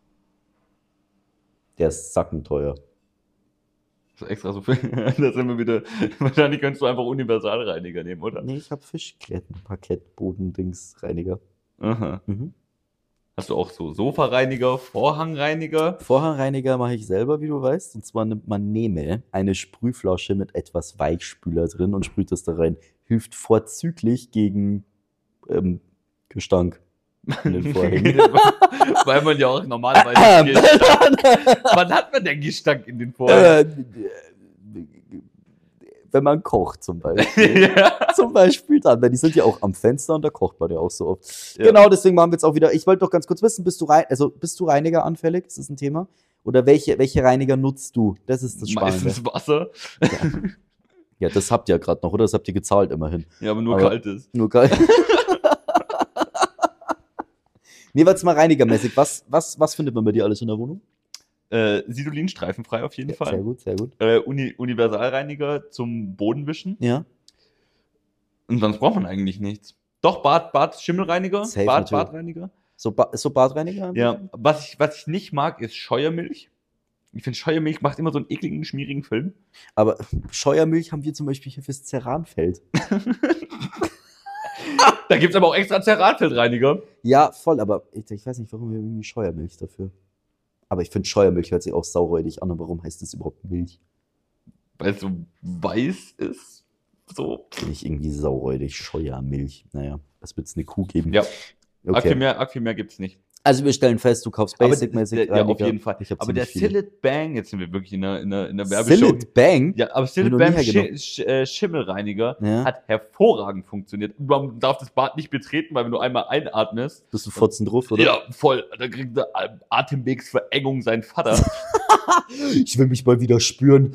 Speaker 2: Der ist sackenteuer.
Speaker 3: Das ist extra so viel. Da sind wir wieder. Wahrscheinlich könntest du einfach Universalreiniger nehmen, oder?
Speaker 2: Nee, ich habe Fischgrätenparkett Bodendingsreiniger.
Speaker 3: Aha.
Speaker 2: Mhm.
Speaker 3: Hast du auch so Sofareiniger, Vorhangreiniger?
Speaker 2: Vorhangreiniger mache ich selber, wie du weißt. Und zwar nimmt man Nehme, eine Sprühflasche mit etwas Weichspüler drin und sprüht das da rein. Hilft vorzüglich gegen ähm, Gestank in den Vorhängen.
Speaker 3: Weil man ja auch normalerweise. Gestank- Wann hat man denn Gestank in den Vorhängen?
Speaker 2: Äh, wenn man kocht zum Beispiel.
Speaker 3: Ja.
Speaker 2: Zum Beispiel dann, weil die sind ja auch am Fenster und da kocht man ja auch so oft.
Speaker 3: Ja.
Speaker 2: Genau, deswegen machen wir jetzt auch wieder. Ich wollte doch ganz kurz wissen, bist du rein, also bist du Reiniger anfällig? Ist das ein Thema? Oder welche, welche Reiniger nutzt du? Das ist das Spannende.
Speaker 3: Meistens Wasser.
Speaker 2: Ja, das habt ihr ja gerade noch, oder? Das habt ihr gezahlt immerhin.
Speaker 3: Ja, aber nur
Speaker 2: Aber-
Speaker 3: kaltes.
Speaker 2: Nur geil. Nee, warte mal reinigermäßig. Was, was, was findet man bei dir alles in der Wohnung?
Speaker 3: Äh, Sidolin streifenfrei auf jeden Fall.
Speaker 2: Sehr gut, sehr gut.
Speaker 3: Äh, Uni Universalreiniger zum Bodenwischen.
Speaker 2: Ja.
Speaker 3: Und sonst braucht man eigentlich nichts. Doch, Bad, Bad Schimmelreiniger.
Speaker 2: Safe
Speaker 3: Bad,
Speaker 2: natürlich.
Speaker 3: Badreiniger.
Speaker 2: So, ba so Badreiniger?
Speaker 3: Ja, was ich, was ich nicht mag, ist Scheuermilch. Ich finde, Scheuermilch macht immer so einen ekligen, schmierigen Film.
Speaker 2: Aber Scheuermilch haben wir zum Beispiel hier fürs Ceranfeld.
Speaker 3: Da gibt es aber auch extra Ceranfeldreiniger.
Speaker 2: Ja, voll, aber ich, ich weiß nicht, warum wir irgendwie Scheuermilch dafür. Aber ich finde, Scheuermilch hört sich auch sauräudig an. Und warum heißt das überhaupt Milch?
Speaker 3: Weil es so weiß ist. So.
Speaker 2: Finde ich irgendwie sauräudig. Scheuermilch. Naja, was wird es eine Kuh geben?
Speaker 3: Ja,
Speaker 2: Okay.
Speaker 3: Akkumehr, Akkumehr gibt es nicht.
Speaker 2: Also wir stellen fest, du kaufst
Speaker 3: Aber
Speaker 2: Basic-mäßig
Speaker 3: der- ja, auf
Speaker 2: Reiniger.
Speaker 3: jeden Fall.
Speaker 2: Ich hab
Speaker 3: Aber der
Speaker 2: ziemlich viele.
Speaker 3: Sillet Bang, jetzt sind wir wirklich in der, in der, in der Werbeshow.
Speaker 2: Sillet Bang?
Speaker 3: Ja, aber
Speaker 2: Hab
Speaker 3: Sillet
Speaker 2: ich noch nie
Speaker 3: Bang
Speaker 2: hergenommen.
Speaker 3: Sch Sch äh, Schimmelreiniger
Speaker 2: Ja.
Speaker 3: hat hervorragend funktioniert. Man darf das Bad nicht betreten, weil wenn du einmal einatmest,
Speaker 2: Bist du fotzen drauf, oder?
Speaker 3: ja, voll, da kriegt der Atemwegsverengung sein Vater.
Speaker 2: Ich will mich mal wieder spüren.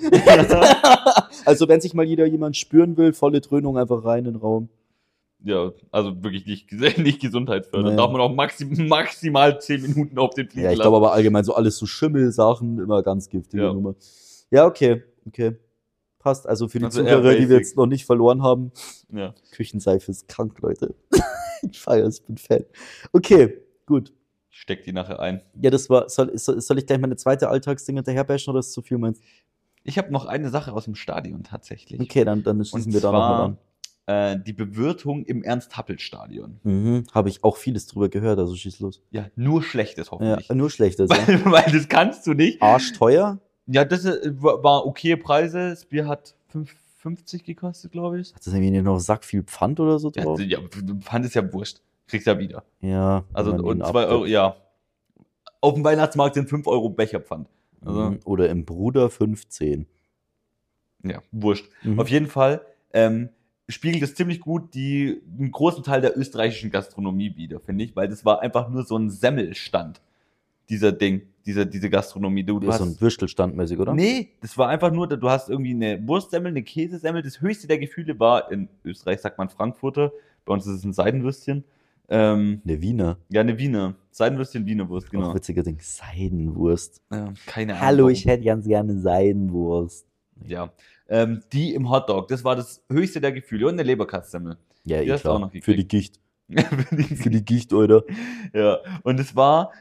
Speaker 2: Also wenn sich mal jeder jemand spüren will, volle Dröhnung einfach rein in den Raum.
Speaker 3: Ja, also wirklich nicht, nicht gesundheitsfördernd.
Speaker 2: Naja.
Speaker 3: Darf man auch maxim, maximal zehn Minuten auf den Fliegen
Speaker 2: Ja, ich
Speaker 3: lassen.
Speaker 2: glaube aber allgemein so alles so Schimmelsachen, immer ganz giftige
Speaker 3: Ja.
Speaker 2: Nummer. Ja, okay, okay. Passt. Also für die
Speaker 3: Also eher
Speaker 2: Zuhörer, die wir
Speaker 3: basic.
Speaker 2: jetzt noch nicht verloren haben,
Speaker 3: Ja.
Speaker 2: Küchenseife ist krank, Leute. Ich feiere es, bin Fan. Okay, gut.
Speaker 3: Ich steck die nachher ein.
Speaker 2: Ja, das war, soll, soll, soll ich gleich meine zweite Alltagsding hinterherbashen oder ist das zu viel meinst?
Speaker 3: Ich habe noch eine Sache aus dem Stadion tatsächlich.
Speaker 2: Okay, dann, dann schließen
Speaker 3: Und
Speaker 2: wir da nochmal
Speaker 3: zwar
Speaker 2: an.
Speaker 3: äh, die Bewirtung im Ernst-Happel-Stadion.
Speaker 2: Mhm, habe ich auch vieles drüber gehört, also schieß los.
Speaker 3: Ja, nur Schlechtes
Speaker 2: Ja,
Speaker 3: hoffentlich.
Speaker 2: nur Schlechtes. Ja.
Speaker 3: Weil, weil das kannst du nicht.
Speaker 2: Arschteuer?
Speaker 3: Ja, das äh, war okay Preise. Das Bier hat fünf fünfzig gekostet, glaube ich.
Speaker 2: Hat das irgendwie noch Sack viel Pfand oder so
Speaker 3: Ja,
Speaker 2: drauf?
Speaker 3: ja, fand es ja wurscht. Kriegst ja wieder.
Speaker 2: Ja.
Speaker 3: Also
Speaker 2: wenn man ihn
Speaker 3: und zwei
Speaker 2: abdeckt.
Speaker 3: Euro, ja. Auf dem Weihnachtsmarkt sind fünf Euro Becherpfand. Also,
Speaker 2: Mhm, oder im Bruder fünfzehn.
Speaker 3: ja, wurscht.
Speaker 2: Mhm.
Speaker 3: Auf jeden Fall ähm, spiegelt es ziemlich gut die, einen großen Teil der österreichischen Gastronomie wider, finde ich, weil das war einfach nur so ein Semmelstand, dieser Ding, diese, diese Gastronomie. Du, du
Speaker 2: Ist
Speaker 3: hast,
Speaker 2: so ein Würstelstandmäßig, oder?
Speaker 3: nee, das war einfach nur, du hast irgendwie eine Wurstsemmel, eine Käsesemmel. Das höchste der Gefühle war, in Österreich sagt man Frankfurter, bei uns ist es ein Seidenwürstchen. Ähm,
Speaker 2: Eine Wiener.
Speaker 3: ja, eine Wiener. Seidenwürstchen, Wienerwurst, genau.
Speaker 2: Auch witziger Ding. Seidenwurst.
Speaker 3: Ja, keine Ahnung.
Speaker 2: Hallo,
Speaker 3: warum.
Speaker 2: ich hätte ganz gerne Seidenwurst.
Speaker 3: Ja. Ähm, die im Hotdog, das war das höchste der Gefühle. Und eine Leberkassemmel.
Speaker 2: Ja,
Speaker 3: Die
Speaker 2: eh
Speaker 3: hast du
Speaker 2: klar.
Speaker 3: auch noch gekriegt.
Speaker 2: Für die Gicht. Für die Gicht, Alter.
Speaker 3: Ja, und es war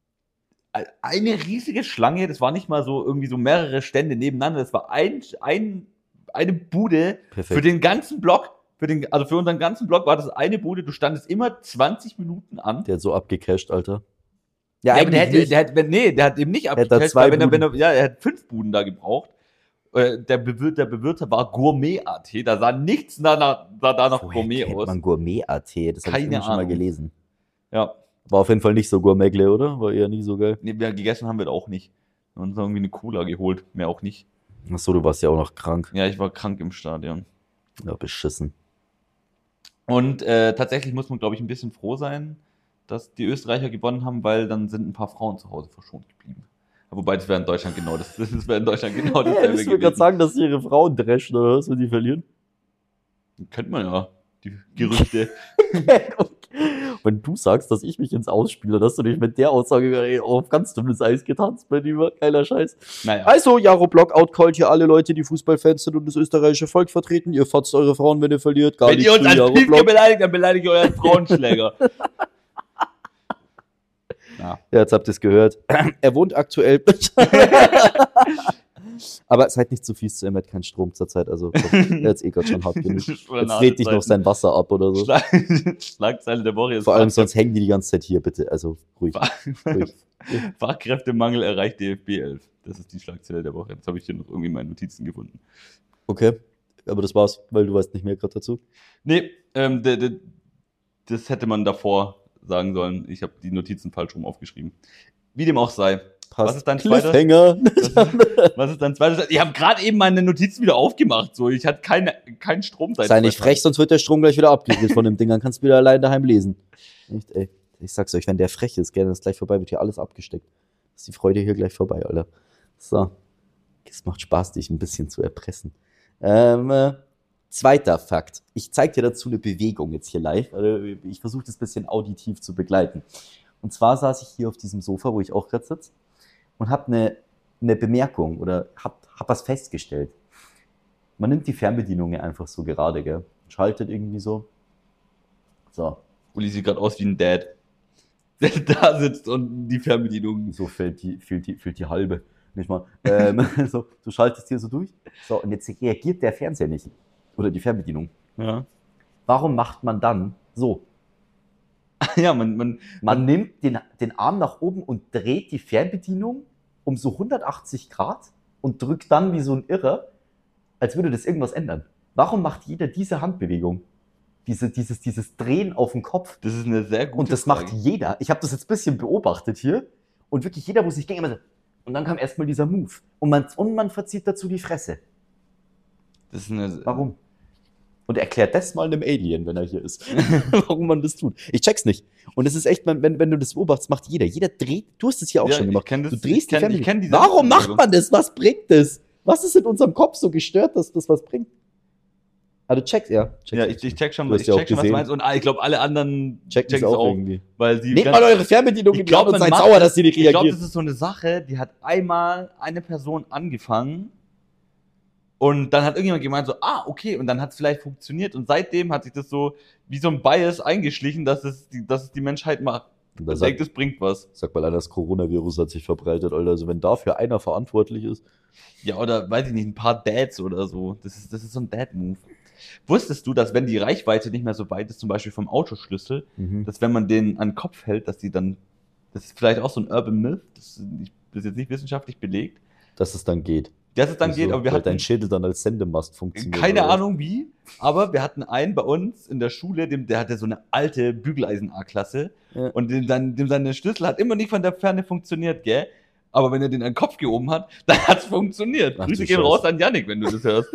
Speaker 3: eine riesige Schlange, das war nicht mal so irgendwie so mehrere Stände nebeneinander, das war ein, ein, eine Bude
Speaker 2: Perfekt.
Speaker 3: für den ganzen Block, für den, also für unseren ganzen Block war das eine Bude, du standest immer zwanzig Minuten an.
Speaker 2: Der hat so abgecasht, Alter.
Speaker 3: Ja, aber der
Speaker 2: eigentlich
Speaker 3: hätte,
Speaker 2: nicht.
Speaker 3: der hat, wenn, nee, der hat eben nicht
Speaker 2: hat da
Speaker 3: abgecasht,
Speaker 2: zwei
Speaker 3: weil wenn er, wenn er,
Speaker 2: Buden.
Speaker 3: ja, er hat fünf Buden da gebraucht. Äh, Der Bewirter, der Bewirter war Gourmet-A T, da sah nichts danach, sah da nach
Speaker 2: Woher
Speaker 3: Gourmet
Speaker 2: kennt
Speaker 3: aus.
Speaker 2: man Gourmet-A T? Das habe ich
Speaker 3: Keine
Speaker 2: irgendwie schon mal
Speaker 3: Ahnung.
Speaker 2: gelesen.
Speaker 3: Ja,
Speaker 2: War auf jeden Fall nicht so Gourmetle, oder? War eher nicht so geil.
Speaker 3: nee, wir gegessen haben wir da auch nicht. Wir haben uns irgendwie eine Cola geholt, mehr auch nicht.
Speaker 2: Achso, du warst ja auch noch krank.
Speaker 3: Ja, ich war krank im Stadion.
Speaker 2: Ja, beschissen.
Speaker 3: Und äh, tatsächlich muss man, glaube ich, ein bisschen froh sein, dass die Österreicher gewonnen haben, weil dann sind ein paar Frauen zu Hause verschont geblieben. Wobei, das wäre in Deutschland genau das, das wäre in Deutschland genau
Speaker 2: Ja,
Speaker 3: dasselbe
Speaker 2: willst du mir gerade
Speaker 3: gewesen.
Speaker 2: sagen, dass sie ihre Frauen dreschen oder was, wenn die verlieren?
Speaker 3: Kennt man ja, die Gerüchte.
Speaker 2: Wenn du sagst, dass ich mich ins Ausspiele, dass du dich mit der Aussage ey, auf ganz dünnes Eis getanzt, mein Lieber, geiler Scheiß.
Speaker 3: Naja,
Speaker 2: Also, Jaro Blockout callt hier alle Leute, die Fußballfans sind und das österreichische Volk vertreten. Ihr fatzt eure Frauen, wenn ihr verliert. Gar
Speaker 3: wenn
Speaker 2: nicht
Speaker 3: ihr uns
Speaker 2: zu
Speaker 3: als
Speaker 2: Jaro
Speaker 3: Piefke
Speaker 2: Block.
Speaker 3: beleidigt, dann beleidigt ihr euren Frauenschläger. Ja.
Speaker 2: Ja, jetzt habt ihr es gehört. Er wohnt aktuell. Aber seid nicht zu fies zu ihm, er hat keinen Strom zurzeit. Also, komm, er hat's eh gerade schon hart genug. Jetzt dreht dich noch sein Wasser ab oder so.
Speaker 3: Schlag Schlagzeile der Woche ist
Speaker 2: Vor allem
Speaker 3: Fach-
Speaker 2: sonst hängen die die ganze Zeit hier, bitte. Also, ruhig. ruhig.
Speaker 3: Fachkräftemangel erreicht D F B elf. Das ist die Schlagzeile der Woche. Jetzt habe ich hier noch irgendwie in meinen Notizen gefunden.
Speaker 2: Okay. Aber das war's, weil du weißt nicht mehr gerade dazu.
Speaker 3: Nee, ähm, de, de, das hätte man davor sagen sollen. Ich habe die Notizen falsch rum aufgeschrieben. Wie dem auch sei.
Speaker 2: Passt.
Speaker 3: Was ist dein zweiter?
Speaker 2: Cliffhanger.
Speaker 3: Was ist dein zweites? Ich habe gerade eben meine Notizen wieder aufgemacht. So, ich hatte keine, keinen Strom seit
Speaker 2: Sei nicht
Speaker 3: zwei
Speaker 2: frech, sonst wird der Strom gleich wieder abgekriegt von dem Ding. Dann kannst du wieder allein daheim lesen. Echt, ey. Ich sag's euch, wenn der frech ist, gerne ist gleich vorbei, wird hier alles abgesteckt. Ist die Freude hier gleich vorbei, Alter. So. Es macht Spaß, dich ein bisschen zu erpressen. Ähm, äh, zweiter Fakt. Ich zeige dir dazu eine Bewegung jetzt hier live. Also ich versuche das ein bisschen auditiv zu begleiten. Und zwar saß ich hier auf diesem Sofa, wo ich auch gerade sitze, und habe eine, eine Bemerkung oder habe hab was festgestellt. Man nimmt die Fernbedienung einfach so gerade, gell? Schaltet irgendwie so. So.
Speaker 3: Uli sieht gerade aus wie ein Dad, der da sitzt und die Fernbedienung.
Speaker 2: So fällt die, fehlt die, fehlt die halbe. Nicht mal. Ähm, so, du schaltest hier so durch. So, und jetzt reagiert der Fernseher nicht. Oder die Fernbedienung.
Speaker 3: Ja.
Speaker 2: Warum macht man dann so?
Speaker 3: Ja, man, man,
Speaker 2: Man nimmt den, den Arm nach oben und dreht die Fernbedienung um so hundertachtzig Grad und drückt dann wie so ein Irrer, als würde das irgendwas ändern. Warum macht jeder diese Handbewegung? Diese, dieses, dieses Drehen auf den Kopf.
Speaker 3: das ist eine sehr gute
Speaker 2: Und das
Speaker 3: Frage.
Speaker 2: macht jeder. Ich habe das jetzt ein bisschen beobachtet hier. Und wirklich jeder, wo sich ging, immer so. Und dann kam erstmal dieser Move. Und man, und man verzieht dazu die Fresse.
Speaker 3: Das ist eine,
Speaker 2: Warum? Und erklärt das mal einem Alien, wenn er hier ist. Warum man das tut. Ich check's nicht. Und es ist echt, wenn, wenn du das beobachtest, macht jeder. Jeder dreht. Du hast es hier auch
Speaker 3: Ja,
Speaker 2: schon
Speaker 3: ich
Speaker 2: gemacht.
Speaker 3: kenn das-
Speaker 2: du
Speaker 3: ich
Speaker 2: drehst die
Speaker 3: kenn-
Speaker 2: Fernbedienung.
Speaker 3: ich kenn diese
Speaker 2: Warum macht
Speaker 3: Bewegung.
Speaker 2: man das? Was bringt das? Was ist in unserem Kopf so gestört, dass das was bringt? Ah, du checkst, ja. Checkst
Speaker 3: ja, ich, ich check schon,
Speaker 2: Du hast
Speaker 3: ich
Speaker 2: ja auch
Speaker 3: check schon was du
Speaker 2: gesehen.
Speaker 3: meinst. Und ah, ich glaube, alle anderen
Speaker 2: checken es
Speaker 3: checken's
Speaker 2: auch, irgendwie.
Speaker 3: Weil die
Speaker 2: Nehmt
Speaker 3: ganz-
Speaker 2: mal eure Fernbedienung
Speaker 3: Ich
Speaker 2: in die Hand
Speaker 3: glaube,
Speaker 2: und
Speaker 3: man
Speaker 2: seid
Speaker 3: macht
Speaker 2: sauer,
Speaker 3: das-
Speaker 2: dass sie nicht
Speaker 3: Ich glaube,
Speaker 2: reagiert.
Speaker 3: das ist so eine Sache, die hat einmal eine Person angefangen und dann hat irgendjemand gemeint so, ah, okay, und dann hat es vielleicht funktioniert und seitdem hat sich das so wie so ein Bias eingeschlichen, dass es die, dass es die Menschheit macht.
Speaker 2: Und da
Speaker 3: Ich
Speaker 2: sagt,
Speaker 3: denke, das bringt was.
Speaker 2: sag mal, das Coronavirus hat sich verbreitet, Alter. Also wenn dafür einer verantwortlich ist.
Speaker 3: Ja, oder weiß ich nicht, ein paar Dads oder so. Das ist, das ist so ein Dad-Move. Wusstest du, dass wenn die Reichweite nicht mehr so weit ist, zum Beispiel vom Autoschlüssel,
Speaker 2: Mhm.
Speaker 3: dass wenn man den an den Kopf hält, dass die dann, das ist vielleicht auch so ein Urban Myth, das ist nicht- das ist jetzt nicht wissenschaftlich belegt,
Speaker 2: Dass es dann geht.
Speaker 3: dass es dann
Speaker 2: Wieso?
Speaker 3: geht, aber wir
Speaker 2: Weil
Speaker 3: hatten
Speaker 2: dein Schädel dann als Sendemast funktioniert.
Speaker 3: keine
Speaker 2: oder was?
Speaker 3: Ahnung wie, aber wir hatten einen bei uns in der Schule, dem, der hatte so eine alte Bügeleisen-A-Klasse
Speaker 2: Ja.
Speaker 3: und dem, dann, dem seine Schlüssel hat immer nicht von der Ferne funktioniert, gell? Aber wenn er den an den Kopf gehoben hat, dann hat's funktioniert.
Speaker 2: Ach,
Speaker 3: Grüße
Speaker 2: du
Speaker 3: gehen
Speaker 2: Scheiße.
Speaker 3: raus an Yannick, wenn du das hörst.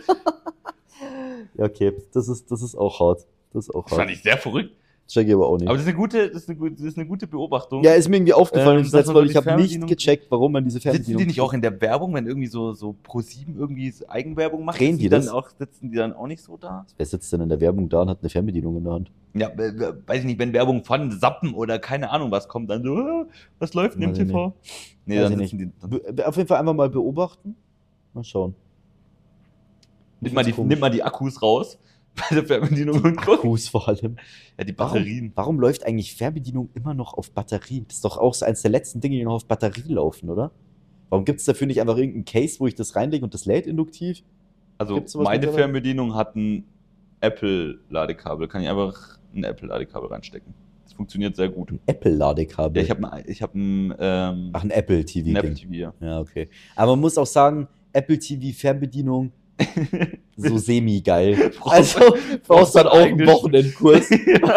Speaker 2: Ja, okay. Das ist, das ist auch hart. Das ist auch
Speaker 3: Das fand
Speaker 2: hart.
Speaker 3: ich sehr verrückt.
Speaker 2: Check ich aber auch nicht.
Speaker 3: Aber das ist eine gute, das ist eine, gute- das ist eine gute Beobachtung.
Speaker 2: Ja, ist mir irgendwie aufgefallen,
Speaker 3: Ähm,
Speaker 2: das
Speaker 3: dass
Speaker 2: letzte
Speaker 3: man so
Speaker 2: Mal,
Speaker 3: die
Speaker 2: ich habe nicht
Speaker 3: Fernbedienung-
Speaker 2: gecheckt, warum man diese
Speaker 3: Sitzen
Speaker 2: Fernbedienung.
Speaker 3: die nicht auch in der Werbung, wenn irgendwie so, so ProSieben irgendwie so Eigenwerbung macht?
Speaker 2: Drehen
Speaker 3: sitzen
Speaker 2: die
Speaker 3: dann
Speaker 2: das?
Speaker 3: Auch, sitzen die dann auch nicht so da?
Speaker 2: Wer sitzt denn in der Werbung da und hat eine Fernbedienung in der Hand?
Speaker 3: Ja, äh, äh, weiß ich nicht, wenn Werbung von Sappen oder keine Ahnung was kommt, dann so, äh, was läuft denn im
Speaker 2: Weiß ich
Speaker 3: T V? Nee,
Speaker 2: Weiß
Speaker 3: dann
Speaker 2: ich
Speaker 3: sitzen die. Dann,
Speaker 2: Be auf jeden Fall einfach mal beobachten. Mal schauen.
Speaker 3: nimm, mal die,
Speaker 2: komisch.
Speaker 3: nimm mal die Akkus raus bei der Fernbedienung und guck.
Speaker 2: Akkus vor allem.
Speaker 3: Ja, die
Speaker 2: Warum,
Speaker 3: Batterien.
Speaker 2: warum läuft eigentlich Fernbedienung immer noch auf Batterie? Das ist doch auch so eines der letzten Dinge, die noch auf Batterie laufen, oder? Warum gibt es dafür nicht einfach irgendeinen Case, wo ich das reinlege und das lädt induktiv?
Speaker 3: Also
Speaker 2: Gibt's sowas
Speaker 3: meine
Speaker 2: mittlerweile?
Speaker 3: Fernbedienung hat ein Apple-Ladekabel. Kann ich einfach ein Apple-Ladekabel reinstecken. Das funktioniert sehr gut.
Speaker 2: Ein Apple-Ladekabel.
Speaker 3: Ja, ich habe ein, ich hab ein, ähm,
Speaker 2: Ach, ein Apple T V.
Speaker 3: ein Apple
Speaker 2: Ding.
Speaker 3: T V, ja.
Speaker 2: Ja, okay. Aber man muss auch sagen, Apple T V Fernbedienung so semi-geil. Also brauchst dann auch einen
Speaker 3: Eigentlich-
Speaker 2: Wochenendkurs.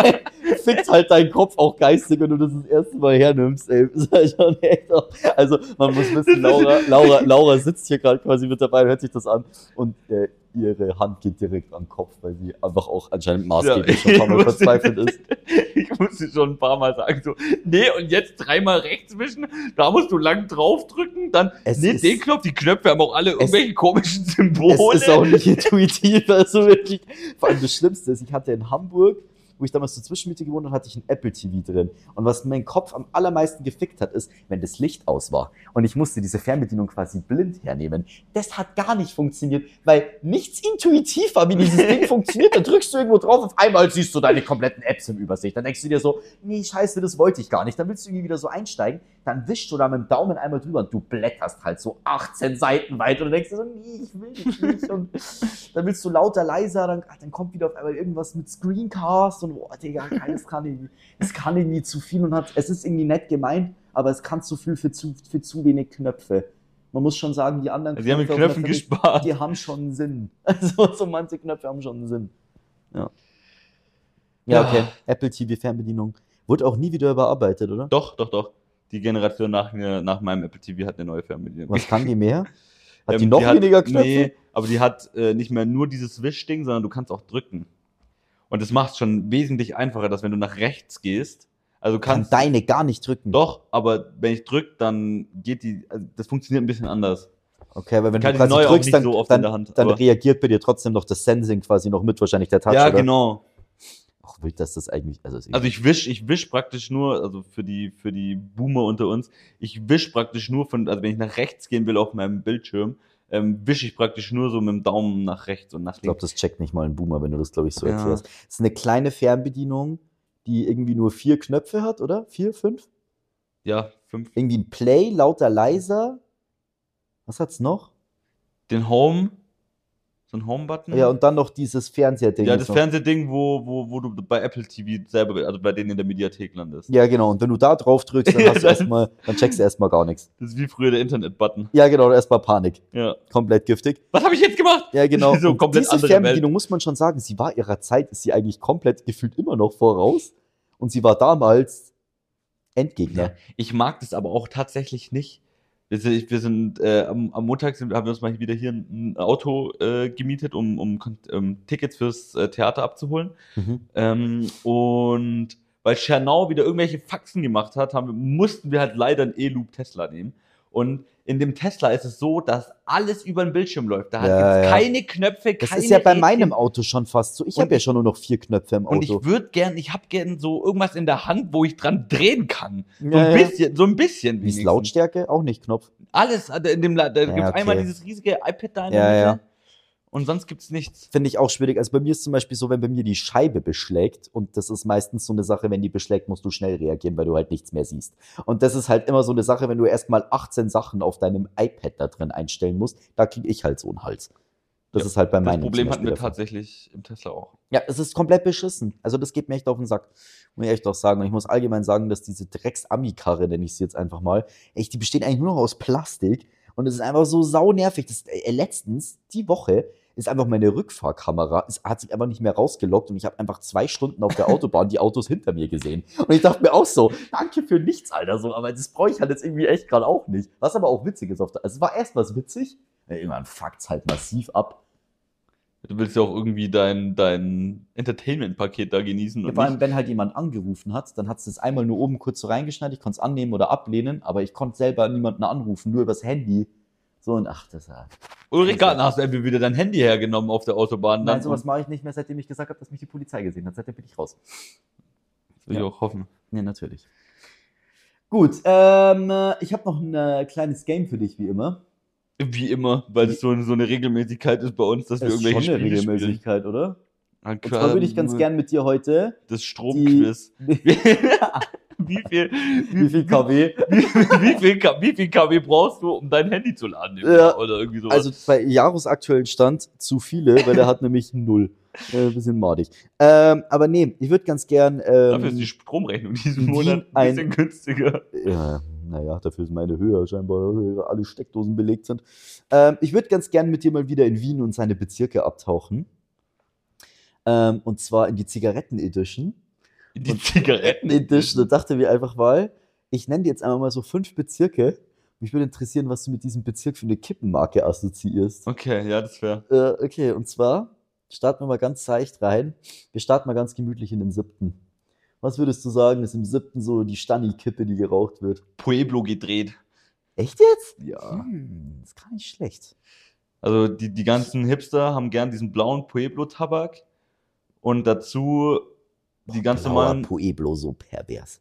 Speaker 2: Fickt halt deinen Kopf auch geistig, wenn du das das erste Mal hernimmst, ey. Das ist halt schon echt auch, also man muss wissen, Laura, Laura, Laura sitzt hier gerade quasi mit dabei und hört sich das an und äh, ihre Hand geht direkt am Kopf, weil sie einfach auch anscheinend maßgeblich schon ein paar Mal
Speaker 3: ich musste-
Speaker 2: verzweifelt ist.
Speaker 3: Ich musste schon ein paar Mal sagen, so, nee, und jetzt dreimal rechts wischen, da musst du lang draufdrücken, dann,
Speaker 2: Es
Speaker 3: nee,
Speaker 2: ist-
Speaker 3: den Knopf, die Knöpfe haben auch alle irgendwelche komischen Symbole.
Speaker 2: Es ist auch nicht intuitiv, also wirklich. Vor allem das Schlimmste ist, ich hatte in Hamburg, wo ich damals zur Zwischenmiete gewohnt habe, hatte ich ein Apple T V drin. Und was mein Kopf am allermeisten gefickt hat, ist, wenn das Licht aus war. Und ich musste diese Fernbedienung quasi blind hernehmen. Das hat gar nicht funktioniert, weil nichts intuitiv war, wie dieses Ding funktioniert. Dann drückst du irgendwo drauf, auf einmal siehst du deine kompletten Apps in Übersicht. Dann denkst du dir so, nee, scheiße, das wollte ich gar nicht. Dann willst du irgendwie wieder so einsteigen. Dann wischst du da mit dem Daumen einmal drüber und du blätterst halt so achtzehn Seiten weit und du denkst dir so, nee, ich will nicht, nicht. Und dann willst du lauter, leiser, dann, ach, dann kommt wieder auf einmal irgendwas mit Screencast und boah, Digga, das kann irgendwie, das kann irgendwie zu viel und hat, es ist irgendwie nett gemeint, aber es kann zu viel für zu, für zu wenig Knöpfe. Man muss schon sagen, die anderen
Speaker 3: Sie haben mit
Speaker 2: auf einer
Speaker 3: Knöpfen
Speaker 2: Fernbedienung,
Speaker 3: gespart.
Speaker 2: die haben schon einen Sinn. Also so manche Knöpfe haben schon einen Sinn. Ja. Ja,
Speaker 3: Ja.
Speaker 2: okay. Apple T V Fernbedienung. Wurde auch nie wieder überarbeitet, oder?
Speaker 3: Doch, doch, doch. Die Generation nach mir, nach meinem Apple T V hat eine neue Fernbedienung.
Speaker 2: Was kann die mehr? Hat
Speaker 3: Ähm,
Speaker 2: die noch weniger Knöpfe?
Speaker 3: Nee, aber die hat äh, nicht mehr nur dieses Wischding, sondern du kannst auch drücken. Und das macht es schon wesentlich einfacher, dass wenn du nach rechts gehst, also du
Speaker 2: Kann
Speaker 3: kannst
Speaker 2: deine gar nicht drücken.
Speaker 3: doch, aber wenn ich drücke, dann geht die, also das funktioniert ein bisschen anders.
Speaker 2: Okay, aber wenn
Speaker 3: Ich
Speaker 2: du
Speaker 3: kann die
Speaker 2: quasi
Speaker 3: neue auch
Speaker 2: drückst,
Speaker 3: nicht
Speaker 2: dann,
Speaker 3: so oft
Speaker 2: dann,
Speaker 3: in der Hand,
Speaker 2: dann
Speaker 3: aber-
Speaker 2: reagiert bei dir trotzdem noch das Sensing quasi noch mit, wahrscheinlich der Touch,
Speaker 3: Ja,
Speaker 2: oder?
Speaker 3: genau.
Speaker 2: Ach, wild, dass das eigentlich, also, ist
Speaker 3: Also ich wisch, ich wisch praktisch nur, also für die, für die Boomer unter uns, ich wisch praktisch nur von, also wenn ich nach rechts gehen will auf meinem Bildschirm, ähm, wische ich praktisch nur so mit dem Daumen nach rechts und nach
Speaker 2: Ich glaube,
Speaker 3: links.
Speaker 2: das checkt nicht mal ein Boomer, wenn du das, glaube ich, so
Speaker 3: Ja.
Speaker 2: erklärst. Das ist eine kleine Fernbedienung, die irgendwie nur vier Knöpfe hat, oder? Vier, fünf?
Speaker 3: Ja, fünf.
Speaker 2: Irgendwie ein Play, lauter, leiser. Was hat's noch?
Speaker 3: Den Home, so ein Home-Button.
Speaker 2: Ja, und dann noch dieses Fernsehding.
Speaker 3: ja,
Speaker 2: ist
Speaker 3: das
Speaker 2: noch.
Speaker 3: Fernsehding, wo, wo, wo du bei Apple T V selber, also bei denen in der Mediathek landest.
Speaker 2: Ja, genau. Und wenn du da drauf drückst, dann,
Speaker 3: Ja,
Speaker 2: hast du
Speaker 3: das-
Speaker 2: erstmal, dann checkst du erstmal gar nichts.
Speaker 3: Das ist wie früher der Internet-Button.
Speaker 2: Ja, genau, erstmal Panik.
Speaker 3: Ja.
Speaker 2: Komplett giftig.
Speaker 3: Was habe ich jetzt gemacht?
Speaker 2: Ja, genau.
Speaker 3: So
Speaker 2: Und
Speaker 3: komplett
Speaker 2: diese
Speaker 3: andere
Speaker 2: Fernbedienung, muss man schon sagen, sie war ihrer Zeit, ist sie eigentlich komplett gefühlt immer noch voraus. Und sie war damals Endgegner.
Speaker 3: Ja. Ich mag das aber auch tatsächlich nicht. Wir sind, wir sind äh, am, am Montag sind, haben wir uns mal wieder hier ein, ein Auto äh, gemietet, um, um ähm, Tickets fürs äh, Theater abzuholen.
Speaker 2: Mhm.
Speaker 3: Ähm, und weil Schernau wieder irgendwelche Faxen gemacht hat, haben, wir- mussten wir halt leider einen E-Loop Tesla nehmen. Und in dem Tesla ist es so, dass alles über den Bildschirm läuft. Da
Speaker 2: Ja,
Speaker 3: gibt's
Speaker 2: ja.
Speaker 3: keine Knöpfe,
Speaker 2: Das
Speaker 3: keine
Speaker 2: ist ja bei
Speaker 3: Rädchen.
Speaker 2: meinem Auto schon fast so. Ich
Speaker 3: Und
Speaker 2: habe ja
Speaker 3: ich-
Speaker 2: schon nur noch vier Knöpfe im
Speaker 3: Und
Speaker 2: Auto.
Speaker 3: ich würde gern, ich habe gern so irgendwas in der Hand, wo ich dran drehen kann. So
Speaker 2: Ja,
Speaker 3: ein
Speaker 2: ja.
Speaker 3: bisschen, so ein bisschen.
Speaker 2: Wie ist
Speaker 3: wenigstens.
Speaker 2: Lautstärke? Auch nicht Knopf.
Speaker 3: Alles, also in dem, La- da
Speaker 2: Ja,
Speaker 3: gibt's
Speaker 2: okay.
Speaker 3: einmal dieses riesige iPad da in der
Speaker 2: Ja,
Speaker 3: Mitte.
Speaker 2: ja.
Speaker 3: Und sonst gibt's nichts.
Speaker 2: Finde ich auch schwierig. Also bei mir ist zum Beispiel so, wenn bei mir die Scheibe beschlägt, und das ist meistens so eine Sache, wenn die beschlägt, musst du schnell reagieren, weil du halt nichts mehr siehst. Und das ist halt immer so eine Sache, wenn du erstmal achtzehn Sachen auf deinem iPad da drin einstellen musst, da kriege ich halt so einen Hals. Das
Speaker 3: Ja,
Speaker 2: ist halt bei
Speaker 3: Das
Speaker 2: meinem
Speaker 3: Problem
Speaker 2: zum
Speaker 3: hatten wir
Speaker 2: Beispiel der Fall.
Speaker 3: tatsächlich im Tesla auch.
Speaker 2: Ja, es ist komplett beschissen. Also das geht mir echt auf den Sack. Muss ich echt auch sagen. Und ich muss allgemein sagen, dass diese Drecks-Ami-Karre, nenne ich sie jetzt einfach mal, echt, die bestehen eigentlich nur noch aus Plastik. Und es ist einfach so saunervig. Das, äh, letztens, die Woche, ist einfach meine Rückfahrkamera, es hat sich einfach nicht mehr rausgelockt und ich habe einfach zwei Stunden auf der Autobahn die Autos hinter mir gesehen. Und ich dachte mir auch so, danke für nichts, Alter, so, aber das brauche ich halt jetzt irgendwie echt gerade auch nicht. Was aber auch witzig ist auf der, also es war erst was witzig, ja, irgendwann fuckt's halt massiv ab.
Speaker 3: Du willst ja auch irgendwie dein, dein Entertainment-Paket da genießen
Speaker 2: Ja,
Speaker 3: und
Speaker 2: vor allem,
Speaker 3: nicht.
Speaker 2: wenn halt jemand angerufen hat, dann hat es das einmal nur oben kurz so reingeschneit, ich konnte es annehmen oder ablehnen, aber ich konnte selber niemanden anrufen, nur übers Handy. So und ach, das war.
Speaker 3: Ulrich Gartner, hast du einfach wieder dein Handy hergenommen auf der Autobahn.
Speaker 2: Nein,
Speaker 3: Dann
Speaker 2: sowas mache ich nicht mehr, seitdem ich gesagt habe, dass mich die Polizei gesehen hat. Seitdem bin ich raus.
Speaker 3: will ich
Speaker 2: Ja.
Speaker 3: auch hoffen.
Speaker 2: Ja, natürlich. Gut, ähm, äh, ich habe noch ein äh, kleines Game für dich, wie immer.
Speaker 3: Wie immer, weil es so, so eine Regelmäßigkeit ist bei uns, dass wir
Speaker 2: Das ist
Speaker 3: irgendwelche
Speaker 2: schon eine
Speaker 3: Spiele spielen.
Speaker 2: Regelmäßigkeit, oder?
Speaker 3: Und
Speaker 2: Und zwar würde ich ganz gern mit dir heute
Speaker 3: Das Stromquiz.
Speaker 2: die,
Speaker 3: Wie viel,
Speaker 2: wie viel kW?
Speaker 3: wie, wie, viel, K- wie viel K W brauchst du, um dein Handy zu laden? im
Speaker 2: Ja.
Speaker 3: Jahr Oder irgendwie sowas.
Speaker 2: Also bei Jahresaktuellen Stand zu viele, weil der hat nämlich null. Äh, bisschen madig. Ähm, aber nee, ich würde ganz gern. Ähm,
Speaker 3: Dafür ist die Stromrechnung diesen
Speaker 2: wie
Speaker 3: Monat ein bisschen
Speaker 2: ein-
Speaker 3: günstiger.
Speaker 2: Ja, naja, dafür ist meine höher scheinbar, weil alle Steckdosen belegt sind. Ähm, ich würde ganz gern mit dir mal wieder in Wien und seine Bezirke abtauchen. Ähm, und zwar in die Zigaretten-Edition.
Speaker 3: Die
Speaker 2: Und-
Speaker 3: Zigaretten.
Speaker 2: Edition. Da dachte mir einfach mal, ich nenne dir jetzt einfach mal so fünf Bezirke. Mich würde interessieren, was du mit diesem Bezirk für eine Kippenmarke assoziierst.
Speaker 3: Okay, ja, das wäre.
Speaker 2: Äh, okay, und zwar starten wir mal ganz seicht rein. Wir starten mal ganz gemütlich in den siebten. Was würdest du sagen, ist im siebten so die Stani-Kippe, die geraucht wird?
Speaker 3: Pueblo gedreht.
Speaker 2: Echt jetzt?
Speaker 3: Ja.
Speaker 2: Hm, ist gar nicht schlecht.
Speaker 3: Also die, die ganzen Hipster haben gern diesen blauen Pueblo-Tabak und dazu die ganz
Speaker 2: Blauer
Speaker 3: normalen.
Speaker 2: Pueblo, so pervers.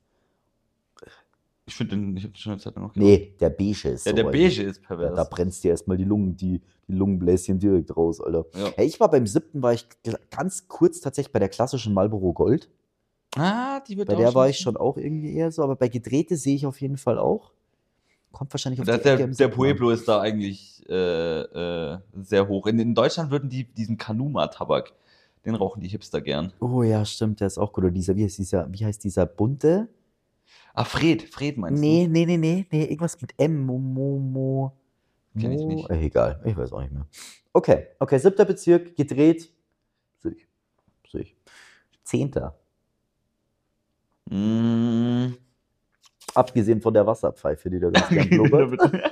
Speaker 3: Ich finde den, ich habe den schon eine Zeit lang noch
Speaker 2: Nee, der beige ist
Speaker 3: Ja,
Speaker 2: so
Speaker 3: der
Speaker 2: ein-
Speaker 3: beige ist
Speaker 2: Ja,
Speaker 3: pervers.
Speaker 2: da brennst dir erstmal die Lungen, die, die Lungenbläschen direkt raus, Alter.
Speaker 3: Ja.
Speaker 2: Hey, ich war beim siebten, war ich gl- ganz kurz tatsächlich bei der klassischen Marlboro Gold.
Speaker 3: Ah, die wird
Speaker 2: Bei
Speaker 3: auch
Speaker 2: der war ich schon auch irgendwie eher so, aber bei Gedrehte sehe ich auf jeden Fall auch. Kommt wahrscheinlich auf
Speaker 3: Der,
Speaker 2: die
Speaker 3: der,
Speaker 2: Ecke im
Speaker 3: der
Speaker 2: siebten an.
Speaker 3: Pueblo ist da eigentlich äh, äh, sehr hoch. In, in Deutschland würden die diesen Kanuma-Tabak, den rauchen die Hipster gern.
Speaker 2: Oh ja, stimmt, der ist auch gut. Oder dieser, wie heißt dieser, wie heißt dieser bunte?
Speaker 3: Ah, Fred, Fred meinst
Speaker 2: Nee, nee, nee, nee, nee, irgendwas mit M. Mo, Mo, Mo.
Speaker 3: Kenn ich
Speaker 2: Mo-
Speaker 3: nicht.
Speaker 2: Äh, egal, ich weiß auch nicht mehr. Okay, okay, siebter Bezirk, gedreht. Sehe ich. Sehe ich. Zehnter.
Speaker 3: du? Mm.
Speaker 2: Abgesehen von der Wasserpfeife, die da ganz gern
Speaker 3: da,
Speaker 2: blubbert.
Speaker 3: wird,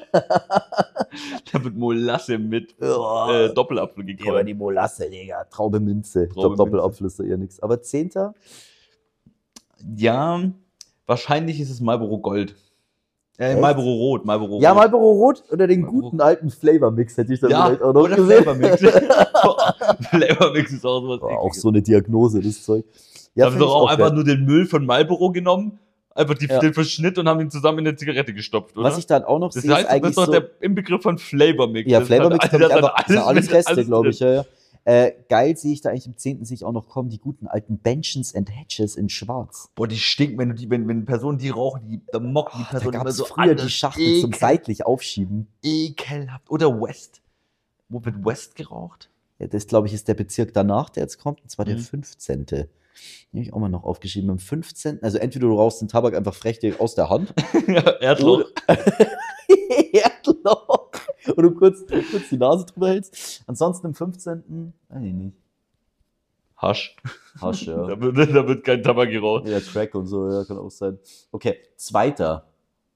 Speaker 3: da wird Molasse mit
Speaker 2: Oh,
Speaker 3: äh, Doppelapfel
Speaker 2: ja, aber
Speaker 3: gekreuzt.
Speaker 2: die Molasse, Digga. Traube Minze. Ich
Speaker 3: Traube
Speaker 2: glaube, Doppelapfel ist da eher nichts. Aber Zehnter?
Speaker 3: Ja, wahrscheinlich ist es Marlboro Gold. Äh,
Speaker 2: Echt?
Speaker 3: Marlboro Rot, Marlboro
Speaker 2: Ja,
Speaker 3: Rot.
Speaker 2: Marlboro Rot oder den
Speaker 3: Marlboro-
Speaker 2: guten alten Flavor-Mix hätte ich dann
Speaker 3: Ja,
Speaker 2: vielleicht auch noch
Speaker 3: oder
Speaker 2: gesehen.
Speaker 3: Flavor Mix. Flavor Mix ist auch sowas.
Speaker 2: Boah, auch
Speaker 3: Ekliges.
Speaker 2: so eine Diagnose, das Zeug.
Speaker 3: Ja, haben
Speaker 2: find
Speaker 3: doch
Speaker 2: ich
Speaker 3: auch einfach
Speaker 2: geil.
Speaker 3: nur den Müll von Marlboro genommen, einfach die,
Speaker 2: Ja.
Speaker 3: den Verschnitt und haben ihn zusammen in eine Zigarette gestopft, oder?
Speaker 2: Was ich dann auch noch
Speaker 3: das
Speaker 2: sehe, ist
Speaker 3: heißt, das
Speaker 2: eigentlich
Speaker 3: ist doch
Speaker 2: so...
Speaker 3: der Inbegriff von Flavor Mix.
Speaker 2: Ja,
Speaker 3: Das
Speaker 2: Flavor
Speaker 3: hat-
Speaker 2: Mix,
Speaker 3: das
Speaker 2: glaube ich,
Speaker 3: hat
Speaker 2: einfach, alles, alles
Speaker 3: mit-
Speaker 2: Reste,
Speaker 3: alles
Speaker 2: glaube ich,
Speaker 3: drin.
Speaker 2: ja, ja. Äh, geil sehe ich da eigentlich im zehnten sehe ich auch noch kommen, die guten alten Benchens and Hatches in schwarz.
Speaker 3: Boah, die stinken, wenn, du die, wenn, wenn Personen die rauchen, die, da mocken die
Speaker 2: Da
Speaker 3: Personen
Speaker 2: gab
Speaker 3: immer
Speaker 2: es
Speaker 3: so
Speaker 2: früher
Speaker 3: an,
Speaker 2: die
Speaker 3: das
Speaker 2: Schachtel zum
Speaker 3: ekel-
Speaker 2: seitlich aufschieben.
Speaker 3: Ekelhaft. Oder West. Wo wird West geraucht?
Speaker 2: Ja, das, glaube ich, ist der Bezirk danach, der jetzt kommt, und zwar der
Speaker 3: Mhm.
Speaker 2: fünfzehnte Den habe ich auch mal noch aufgeschrieben. Am fünfzehnten Also entweder du rauchst den Tabak einfach frech dir aus der Hand.
Speaker 3: Erdloch.
Speaker 2: Erdloch. Und du kurz, kurz die Nase drüber hältst. Ansonsten am fünfzehnten Weiß ich nicht.
Speaker 3: Hasch.
Speaker 2: Hasch, ja.
Speaker 3: Da wird, da wird kein Tabak geraucht.
Speaker 2: Ja, Track und so, ja, kann auch sein. Okay, zweiter.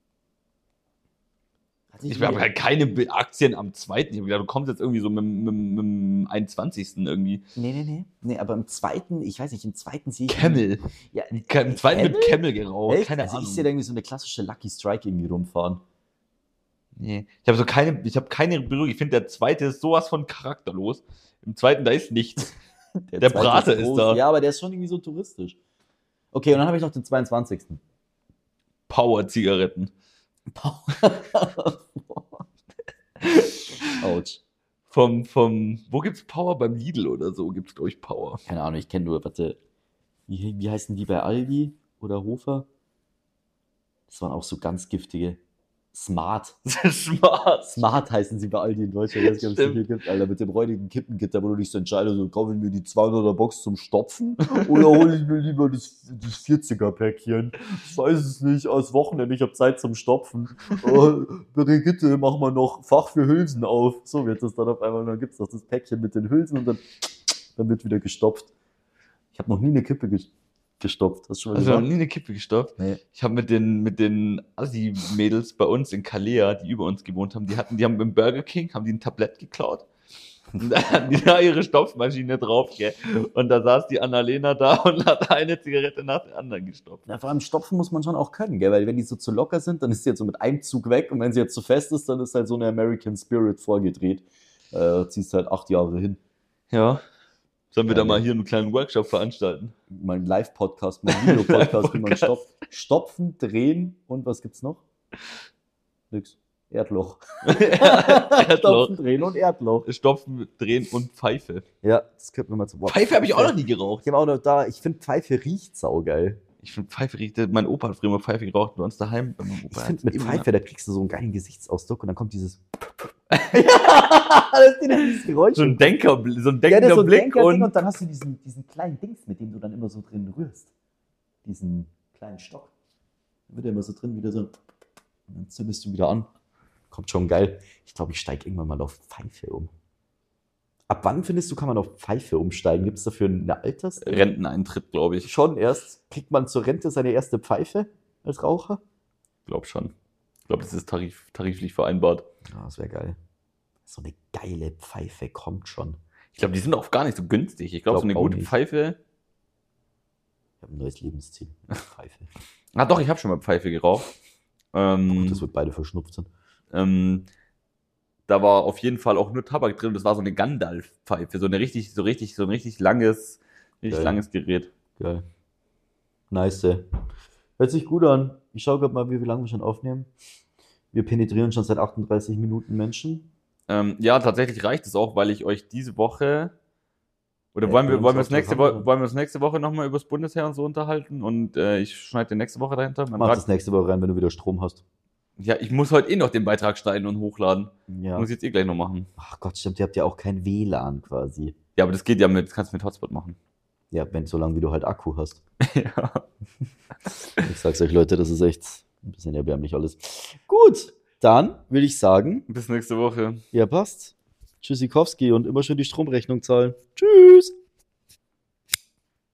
Speaker 2: Hatte
Speaker 3: Ich
Speaker 2: mir-
Speaker 3: habe halt keine Be- Aktien am zweiten. Ich habe gedacht, du kommst jetzt irgendwie so mit, mit, mit dem einundzwanzigsten irgendwie.
Speaker 2: Nee, nee, nee. Nee, aber im zweiten, ich weiß nicht, im zweiten sehe ich.
Speaker 3: Camel.
Speaker 2: Ja,
Speaker 3: Im zweiten wird Camel geraucht.
Speaker 2: Echt?
Speaker 3: Keine
Speaker 2: also
Speaker 3: Ahnung.
Speaker 2: ich sehe da irgendwie so eine klassische Lucky Strike irgendwie rumfahren.
Speaker 3: Nee. Ich habe so keine, ich habe keine Berührung. Ich finde, der zweite ist sowas von charakterlos. Im zweiten, da ist nichts. Der
Speaker 2: zweite
Speaker 3: Brater ist
Speaker 2: groß.
Speaker 3: da.
Speaker 2: Ja, aber der ist schon irgendwie so touristisch. Okay, und dann habe ich noch den zweiundzwanzigsten
Speaker 3: Power-Zigaretten.
Speaker 2: Autsch.
Speaker 3: Vom, vom, wo gibt's Power? Beim Lidl oder so gibt's, glaube ich, Power.
Speaker 2: Keine Ahnung, ich kenne nur, warte, wie, wie heißen die bei Aldi oder Hofer? Das waren auch so ganz giftige. Smart.
Speaker 3: Smart.
Speaker 2: Smart heißen sie bei Aldi in Deutschland. Ich weiß gar nicht, ob es die hier gibt, Alter, mit dem räudigen Kippengitter, wo du dich so entscheidest, so, kaufe ich mir die zweihunderter Box zum Stopfen oder hole ich mir lieber das, das vierziger-Päckchen? Ich weiß es nicht, aus Wochenende, ich habe Zeit zum Stopfen. Oh, Brigitte, mach mal noch Fach für Hülsen auf. So wird das dann auf einmal, dann gibt es noch das Päckchen mit den Hülsen und dann, dann wird wieder gestopft. Ich habe noch nie eine Kippe ges- gestopft. Hast du schon mal
Speaker 3: Also, ich habe
Speaker 2: gemacht?
Speaker 3: nie eine Kippe gestopft.
Speaker 2: Nee.
Speaker 3: Ich habe mit den, mit den Assi-Mädels bei uns in Kalea, die über uns gewohnt haben, die hatten, die haben im Burger King, haben die ein Tablett geklaut. Und da hatten die da ihre Stopfmaschine drauf, gell. Und da saß die Annalena da und hat eine Zigarette nach der anderen gestopft.
Speaker 2: Ja, vor allem Stopfen muss man schon auch können, gell? Weil wenn die so zu locker sind, dann ist sie jetzt so mit einem Zug weg und wenn sie jetzt zu fest ist, dann ist halt so eine American Spirit vorgedreht. Äh, ziehst halt acht Jahre hin.
Speaker 3: Ja. Sollen wir
Speaker 2: Ja,
Speaker 3: da mal
Speaker 2: ja.
Speaker 3: hier einen kleinen Workshop veranstalten?
Speaker 2: Mein Live-Podcast, mein Videopodcast, wie man
Speaker 3: Podcast.
Speaker 2: stopft. Stopfen, drehen und was gibt's noch? Nix. Erdloch.
Speaker 3: Erdloch.
Speaker 2: Stopfen, drehen und Erdloch.
Speaker 3: Stopfen, drehen und Pfeife.
Speaker 2: Ja, das könnten wir mal zu Boah,
Speaker 3: Pfeife habe ich auch noch nie geraucht.
Speaker 2: Ich habe auch noch da, ich finde Pfeife riecht saugeil.
Speaker 3: Ich finde Pfeife riecht, mein Opa hat früher mal Pfeife geraucht bei uns daheim. Bei meinem
Speaker 2: Ich
Speaker 3: Opa
Speaker 2: finde
Speaker 3: hat's
Speaker 2: mit
Speaker 3: immer-
Speaker 2: Pfeife, da kriegst du so einen geilen Gesichtsausdruck und dann kommt dieses das ist dieses Geräusch.
Speaker 3: So ein Denker, so ein
Speaker 2: Ja, das
Speaker 3: denkender
Speaker 2: ist so ein
Speaker 3: Blick
Speaker 2: Denkerding
Speaker 3: und
Speaker 2: und dann hast du diesen, diesen kleinen Dings, mit dem du dann immer so drin rührst. Diesen kleinen Stock. Dann wird er immer so drin wieder so. Und dann zündest du wieder an. Kommt schon geil. Ich glaube, ich steige irgendwann mal auf Pfeife um. Ab wann findest du, kann man auf Pfeife umsteigen? Gibt es dafür eine Alters?
Speaker 3: Renteneintritt, glaube ich.
Speaker 2: Schon erst. Kriegt man zur Rente seine erste Pfeife als Raucher?
Speaker 3: Glaube schon. Ich glaube, das ist tarif, tariflich vereinbart.
Speaker 2: Ja, das wäre geil. So eine geile Pfeife kommt schon.
Speaker 3: Ich glaube, die sind auch gar nicht so günstig. Ich glaube,
Speaker 2: Glaub
Speaker 3: so eine
Speaker 2: auch
Speaker 3: gute
Speaker 2: nicht.
Speaker 3: Pfeife.
Speaker 2: Ich habe ein neues Lebensziel. Pfeife.
Speaker 3: Ah, doch, ich habe schon mal Pfeife geraucht. Ähm,
Speaker 2: Gut, dass wir beide verschnupft sind.
Speaker 3: ähm, da war auf jeden Fall auch nur Tabak drin. Das war so eine Gandalf-Pfeife. So eine richtig, so richtig, so ein richtig langes, richtig
Speaker 2: Geil.
Speaker 3: langes Gerät.
Speaker 2: Geil. Nice. Hört sich gut an. Ich schaue gerade mal, wie, wie lange wir schon aufnehmen. Wir penetrieren schon seit achtunddreißig Minuten Menschen.
Speaker 3: Ähm, ja, tatsächlich reicht es auch, weil ich euch diese Woche oder
Speaker 2: Ja,
Speaker 3: wollen
Speaker 2: wir
Speaker 3: wir,
Speaker 2: uns
Speaker 3: wollen wir
Speaker 2: auf
Speaker 3: uns nächste
Speaker 2: das
Speaker 3: Woche,
Speaker 2: andere-
Speaker 3: wollen wir uns nächste Woche nochmal über das Bundesheer und so unterhalten und äh, ich schneide nächste Woche dahinter. Mein
Speaker 2: Mach
Speaker 3: Rad-
Speaker 2: das nächste Woche rein, wenn du wieder Strom hast.
Speaker 3: Ja, ich muss heute eh noch den Beitrag schneiden und hochladen.
Speaker 2: Ja.
Speaker 3: Muss ich jetzt eh gleich noch machen.
Speaker 2: Ach Gott, stimmt, ihr habt ja auch kein W L A N quasi.
Speaker 3: Ja, aber das geht ja mit, kannst du mit Hotspot machen.
Speaker 2: Ja, wenn so lange wie du halt Akku hast.
Speaker 3: Ja.
Speaker 2: Ich sag's euch, Leute, das ist echt ein bisschen erbärmlich alles. Gut, dann würde ich sagen,
Speaker 3: Bis nächste Woche.
Speaker 2: ja passt. Tschüssikowski und immer schön die Stromrechnung zahlen. Tschüss.